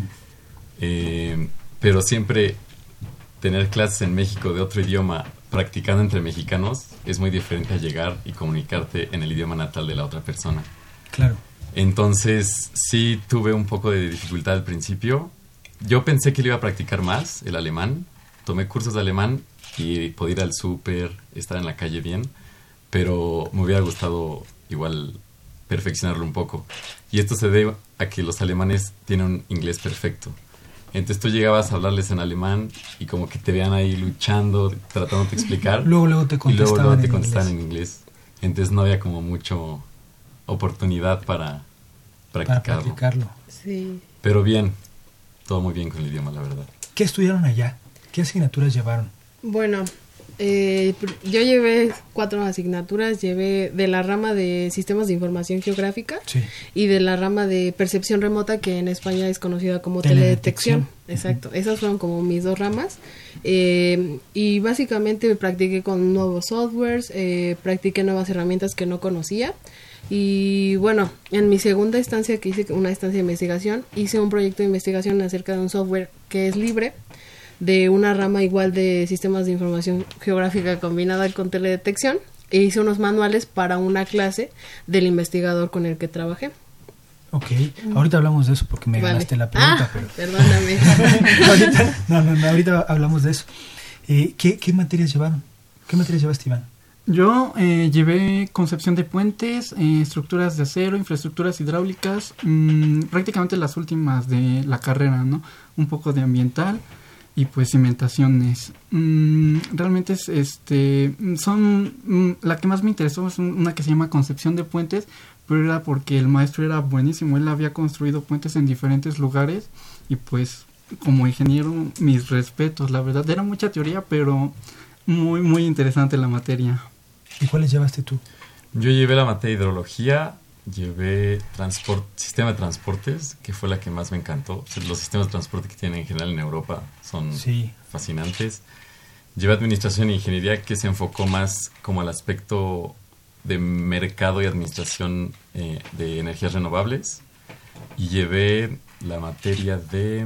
Pero siempre tener clases en México de otro idioma, practicando entre mexicanos, es muy diferente a llegar y comunicarte en el idioma natal de la otra persona. Claro. Entonces sí tuve un poco de dificultad al principio. Yo pensé que lo iba a practicar más, el alemán. Tomé cursos de alemán y podía ir al súper, estar en la calle bien, pero me hubiera gustado igual perfeccionarlo un poco. Y esto se debe a que los alemanes tienen un inglés perfecto. Entonces tú llegabas a hablarles en alemán y como que te veían ahí luchando, tratando de explicar. Luego te contestaban en inglés. Entonces no había como mucho oportunidad para practicarlo. Sí. Pero bien, todo muy bien con el idioma, la verdad. ¿Qué estudiaron allá? ¿Qué asignaturas llevaron? Bueno, yo llevé 4 asignaturas. Llevé de la rama de Sistemas de Información Geográfica y de la rama de Percepción Remota, que en España es conocida como Teledetección. Exacto, esas fueron como mis 2 ramas. Y básicamente me practiqué con nuevos softwares, practiqué nuevas herramientas que no conocía. Y bueno, en mi segunda estancia, que hice una estancia de investigación, hice un proyecto de investigación acerca de un software que es libre, de una rama igual de Sistemas de Información Geográfica combinada con Teledetección, e hice unos manuales para una clase del investigador con el que trabajé. Ok, ahorita hablamos de eso porque me ganaste la pregunta. Pero... Perdóname. ahorita hablamos de eso. ¿Qué materias llevaron? ¿Qué materias llevaste, Iván? Yo llevé concepción de puentes, estructuras de acero, infraestructuras hidráulicas, prácticamente las últimas de la carrera, ¿no? Un poco de ambiental y pues cimentaciones. Realmente la que más me interesó es una que se llama concepción de puentes, pero era porque el maestro era buenísimo, él había construido puentes en diferentes lugares y pues como ingeniero mis respetos, la verdad era mucha teoría, pero muy muy interesante la materia. ¿Y cuáles llevaste tú? Yo llevé la materia de hidrología, llevé sistema de transportes, que fue la que más me encantó. Los sistemas de transporte que tienen en general en Europa son fascinantes. Llevé administración e ingeniería, que se enfocó más como al aspecto de mercado y administración de energías renovables. Y llevé la materia de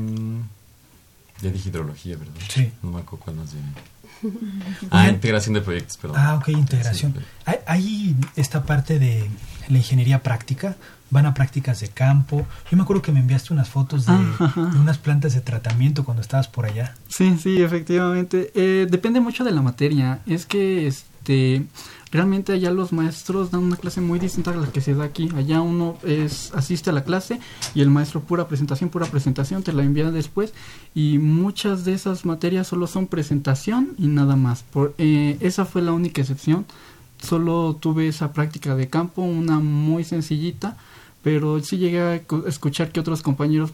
hidrología, ¿verdad? Sí. No me acuerdo cuál más llevé. Integración de proyectos, perdón. Ok, integración. Sí, hay esta parte de la ingeniería práctica, van a prácticas de campo. Yo me acuerdo que me enviaste unas fotos de unas plantas de tratamiento cuando estabas por allá. Sí, efectivamente. Depende mucho de la materia. Es que realmente allá los maestros dan una clase muy distinta a la que se da aquí. Allá uno asiste a la clase y el maestro pura presentación, te la envía después, y muchas de esas materias solo son presentación y nada más. Esa fue la única excepción. Solo tuve esa práctica de campo, una muy sencillita, pero sí llegué a escuchar que otros compañeros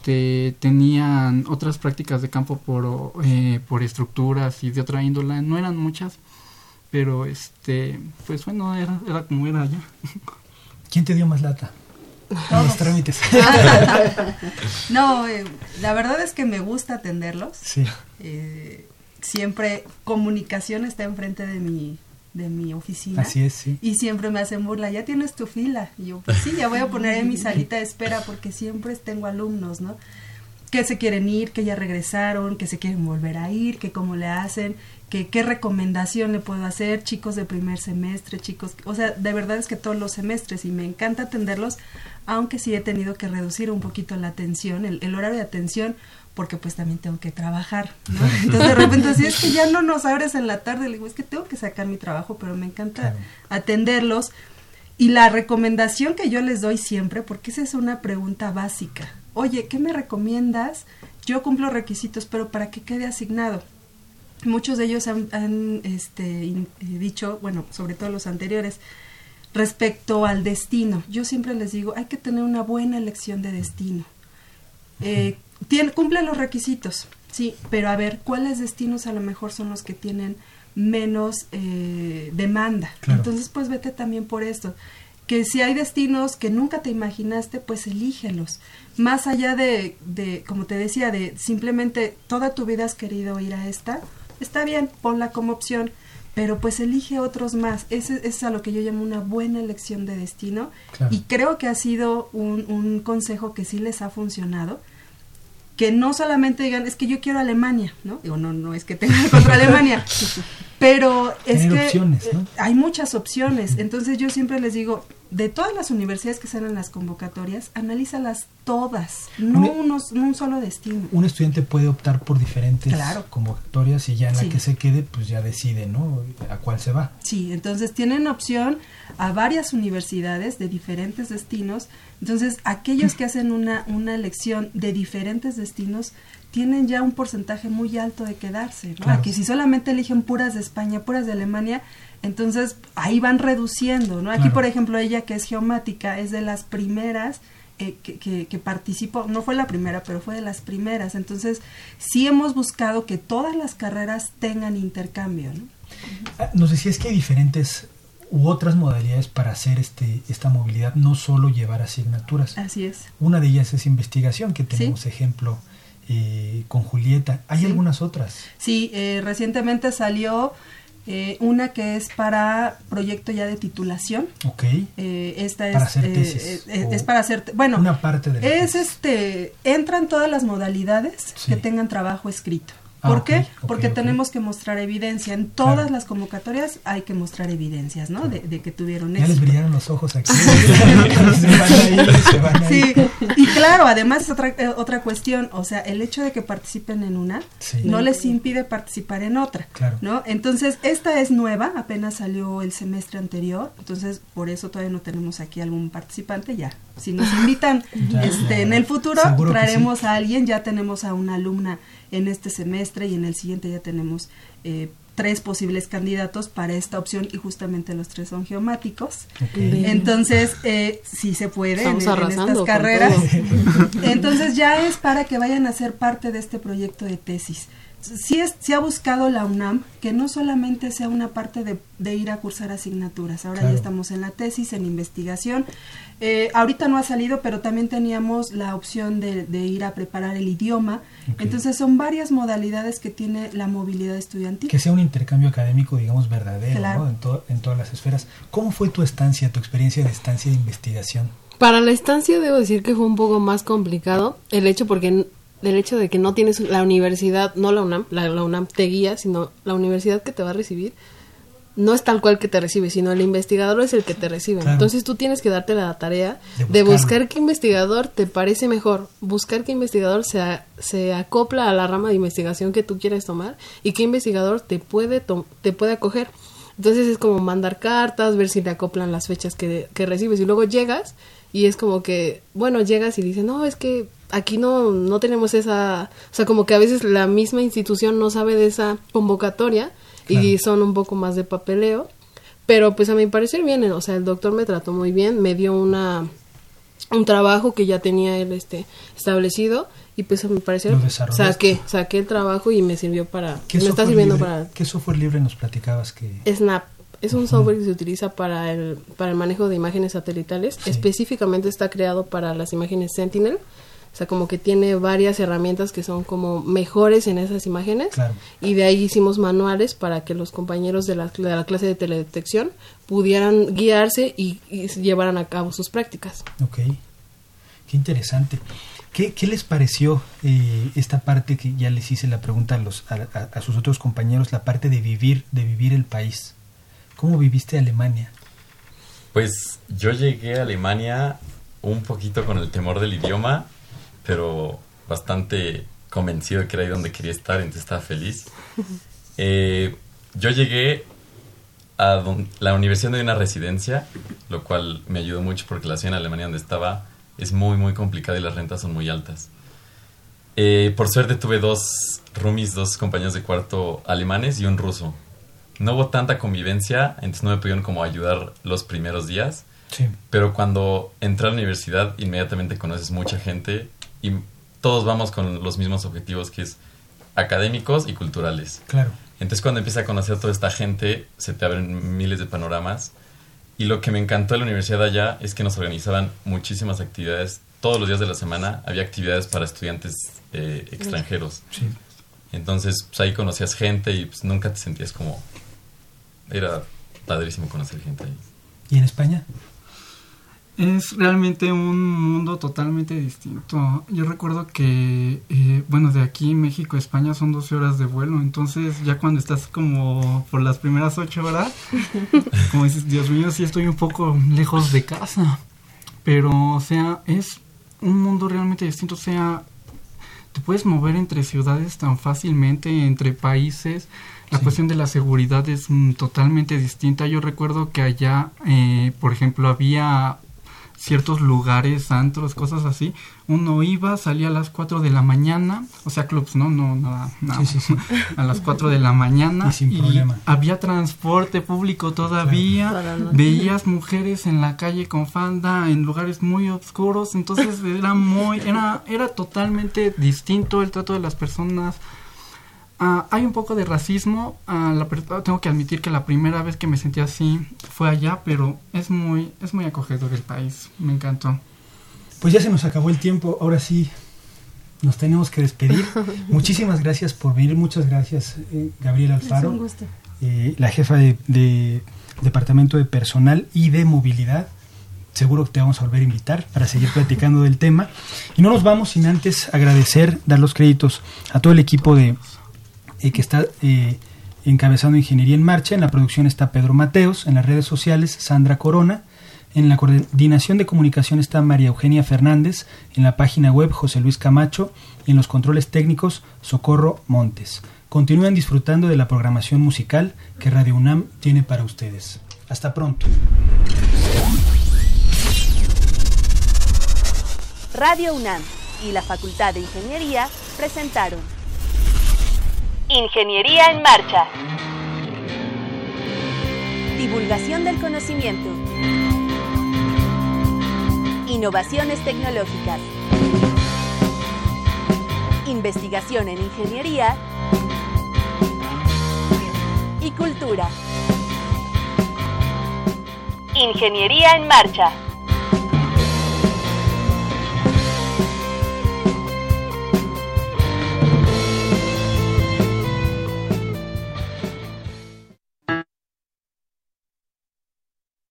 tenían otras prácticas de campo por estructuras y de otra índole. No eran muchas, pero pues bueno, era como era allá. ¿Quién te dio más lata? Los trámites. No, la verdad es que me gusta atenderlos. Sí. Siempre comunicación está enfrente de mi oficina. Así es, sí. Y siempre me hacen burla, ya tienes tu fila. Y yo, pues sí, ya voy a poner en mi salita de espera, porque siempre tengo alumnos, ¿no? Que se quieren ir, que ya regresaron, que se quieren volver a ir, que cómo le hacen, que qué recomendación le puedo hacer, chicos de primer semestre, o sea, de verdad es que todos los semestres, y me encanta atenderlos, aunque sí he tenido que reducir un poquito la atención, el horario de atención, porque pues también tengo que trabajar, ¿no? Entonces de repente así es que ya no nos abres en la tarde, le digo, es que tengo que sacar mi trabajo, pero me encanta atenderlos. Y la recomendación que yo les doy siempre, porque esa es una pregunta básica, oye, ¿qué me recomiendas? Yo cumplo requisitos, pero para que quede asignado. Muchos de ellos han dicho, bueno, sobre todo los anteriores, respecto al destino. Yo siempre les digo, hay que tener una buena elección de destino. Cumple los requisitos, sí, pero a ver, ¿cuáles destinos a lo mejor son los que tienen menos demanda? Claro. Entonces, pues vete también por esto. Que si hay destinos que nunca te imaginaste, pues elígelos. Más allá de como te decía, de simplemente toda tu vida has querido ir a esta, está bien, ponla como opción, pero pues elige otros más. Ese es a lo que yo llamo una buena elección de destino. Claro. Y creo que ha sido un consejo que sí les ha funcionado. Que no solamente digan, es que yo quiero Alemania, ¿no? Digo, no es que tenga contra Alemania, pero es tener que opciones, ¿no? Hay muchas opciones. Entonces yo siempre les digo, de todas las universidades que salen en las convocatorias, analízalas todas, no un solo destino. Un estudiante puede optar por diferentes convocatorias y ya en la que se quede, pues ya decide, ¿no? A cuál se va. Sí, entonces tienen opción a varias universidades de diferentes destinos. Entonces, aquellos que hacen una elección de diferentes destinos tienen ya un porcentaje muy alto de quedarse, ¿no? Claro. Aquí si solamente eligen puras de España, puras de Alemania, entonces ahí van reduciendo, ¿no? Aquí, claro, por ejemplo, ella que es geomática es de las primeras que participó, no fue la primera, pero fue de las primeras. Entonces, sí hemos buscado que todas las carreras tengan intercambio, ¿no? Nos decías que hay diferentes u otras modalidades para hacer esta movilidad, no solo llevar asignaturas. Así es. Una de ellas es investigación, que tenemos ejemplo con Julieta. ¿Hay algunas otras? Sí, recientemente salió una que es para proyecto ya de titulación. Ok. Esta para es hacer tesis. Es para hacer, bueno, una parte de la tesis. Entran todas las modalidades que tengan trabajo escrito. ¿Por qué? Porque tenemos que mostrar evidencia. En todas las convocatorias hay que mostrar evidencias, ¿no? De que tuvieron éxito. Ya les brillaron los ojos aquí. se van a ir. Sí, y claro, además es otra cuestión. O sea, el hecho de que participen en una no les impide participar en otra, ¿no? Entonces, esta es nueva, apenas salió el semestre anterior. Entonces, por eso todavía no tenemos aquí algún participante ya. Si nos invitan en el futuro, traeremos a alguien. Ya tenemos a una alumna en este semestre y en el siguiente ya tenemos 3 posibles candidatos para esta opción y justamente los 3 son geomáticos. Entonces, sí se puede en estas carreras. Entonces ya es para que vayan a ser parte de este proyecto de tesis. sí ha buscado la UNAM que no solamente sea una parte de ir a cursar asignaturas. Ahora ya estamos en la tesis, en investigación. Ahorita no ha salido, pero también teníamos la opción de ir a preparar el idioma. Entonces son varias modalidades que tiene la movilidad estudiantil. Que sea un intercambio académico, digamos, verdadero, ¿no? En todas las esferas. ¿Cómo fue tu estancia, tu experiencia de estancia de investigación? Para la estancia debo decir que fue un poco más complicado el hecho de que no tienes la universidad, no la UNAM, la UNAM te guía, sino la universidad que te va a recibir no es tal cual que te recibe, sino el investigador es el que te recibe. Claro. Entonces tú tienes que darte la tarea de buscar qué investigador te parece mejor, buscar qué investigador se acopla a la rama de investigación que tú quieres tomar y qué investigador te puede acoger. Entonces es como mandar cartas, ver si te acoplan las fechas que recibes y luego llegas y es como que, bueno, llegas y dices, no, es que aquí no tenemos esa, o sea, como que a veces la misma institución no sabe de esa convocatoria. Claro. Y son un poco más de papeleo, pero pues a mi parecer bien, o sea, el doctor me trató muy bien, me dio un trabajo que ya tenía él establecido y pues a mi parecer saqué el trabajo y me sirvió para, me está sirviendo libre? para... ¿Qué software libre nos platicabas que...? Snap. Es un software que se utiliza para el manejo de imágenes satelitales, específicamente está creado para las imágenes Sentinel. O sea, como que tiene varias herramientas que son como mejores en esas imágenes. Claro. Y de ahí hicimos manuales para que los compañeros de la clase de teledetección pudieran guiarse y llevaran a cabo sus prácticas. Ok, qué interesante. ¿Qué les pareció esta parte que ya les hice la pregunta a sus otros compañeros, la parte de vivir el país? ¿Cómo viviste Alemania? Pues yo llegué a Alemania un poquito con el temor del idioma, pero bastante convencido de que era ahí donde quería estar, entonces estaba feliz. Yo llegué a la universidad de una residencia, lo cual me ayudó mucho porque la ciudad en Alemania donde estaba es muy, muy complicada y las rentas son muy altas. Por suerte tuve dos compañeros de cuarto alemanes y un ruso. No hubo tanta convivencia, entonces no me pudieron como ayudar los primeros días. Sí. Pero cuando entré a la universidad, inmediatamente conoces mucha gente y todos vamos con los mismos objetivos, que es académicos y culturales. Claro. Entonces cuando empiezas a conocer a toda esta gente, se te abren miles de panoramas. Y lo que me encantó de la universidad allá es que nos organizaban muchísimas actividades. Todos los días de la semana había actividades para estudiantes extranjeros. Sí. Entonces pues, ahí conocías gente y pues, nunca te sentías como... Era padrísimo conocer gente ahí. ¿Y en España? Es realmente un mundo totalmente distinto. Yo recuerdo que, de aquí México a España son 12 horas de vuelo, entonces ya cuando estás como por las primeras 8 horas, como dices, Dios mío, sí estoy un poco lejos de casa. Pero, o sea, es un mundo realmente distinto, o sea, te puedes mover entre ciudades tan fácilmente, entre países. La cuestión de la seguridad es totalmente distinta. Yo recuerdo que allá, por ejemplo, había ciertos lugares, antros, cosas así. Uno iba, salía a las 4 de la mañana, o sea, clubs, ¿no? Nada. Sí. A las 4 de la mañana. Y sin problema. Había transporte público todavía. Claro. Veías mujeres en la calle con falda en lugares muy oscuros. Entonces era totalmente distinto el trato de las personas. Hay un poco de racismo. Tengo que admitir que la primera vez que me sentí así fue allá, pero es muy acogedor el país. Me encantó. Pues ya se nos acabó el tiempo. Ahora sí nos tenemos que despedir. Muchísimas gracias por venir. Muchas gracias, Gabriela Alfaro, un gusto. La jefa de Departamento de Personal y de Movilidad. Seguro que te vamos a volver a invitar para seguir platicando del tema. Y no nos vamos sin antes agradecer, dar los créditos a todo el equipo que está encabezando Ingeniería en Marcha. En la producción está Pedro Mateos, en las redes sociales Sandra Corona, en la coordinación de comunicación está María Eugenia Fernández, en la página web José Luis Camacho, y en los controles técnicos Socorro Montes. Continúen disfrutando de la programación musical que Radio UNAM tiene para ustedes. Hasta pronto. Radio UNAM y la Facultad de Ingeniería presentaron Ingeniería en Marcha. Divulgación del conocimiento. Innovaciones tecnológicas. Investigación en ingeniería cultura. Ingeniería en marcha.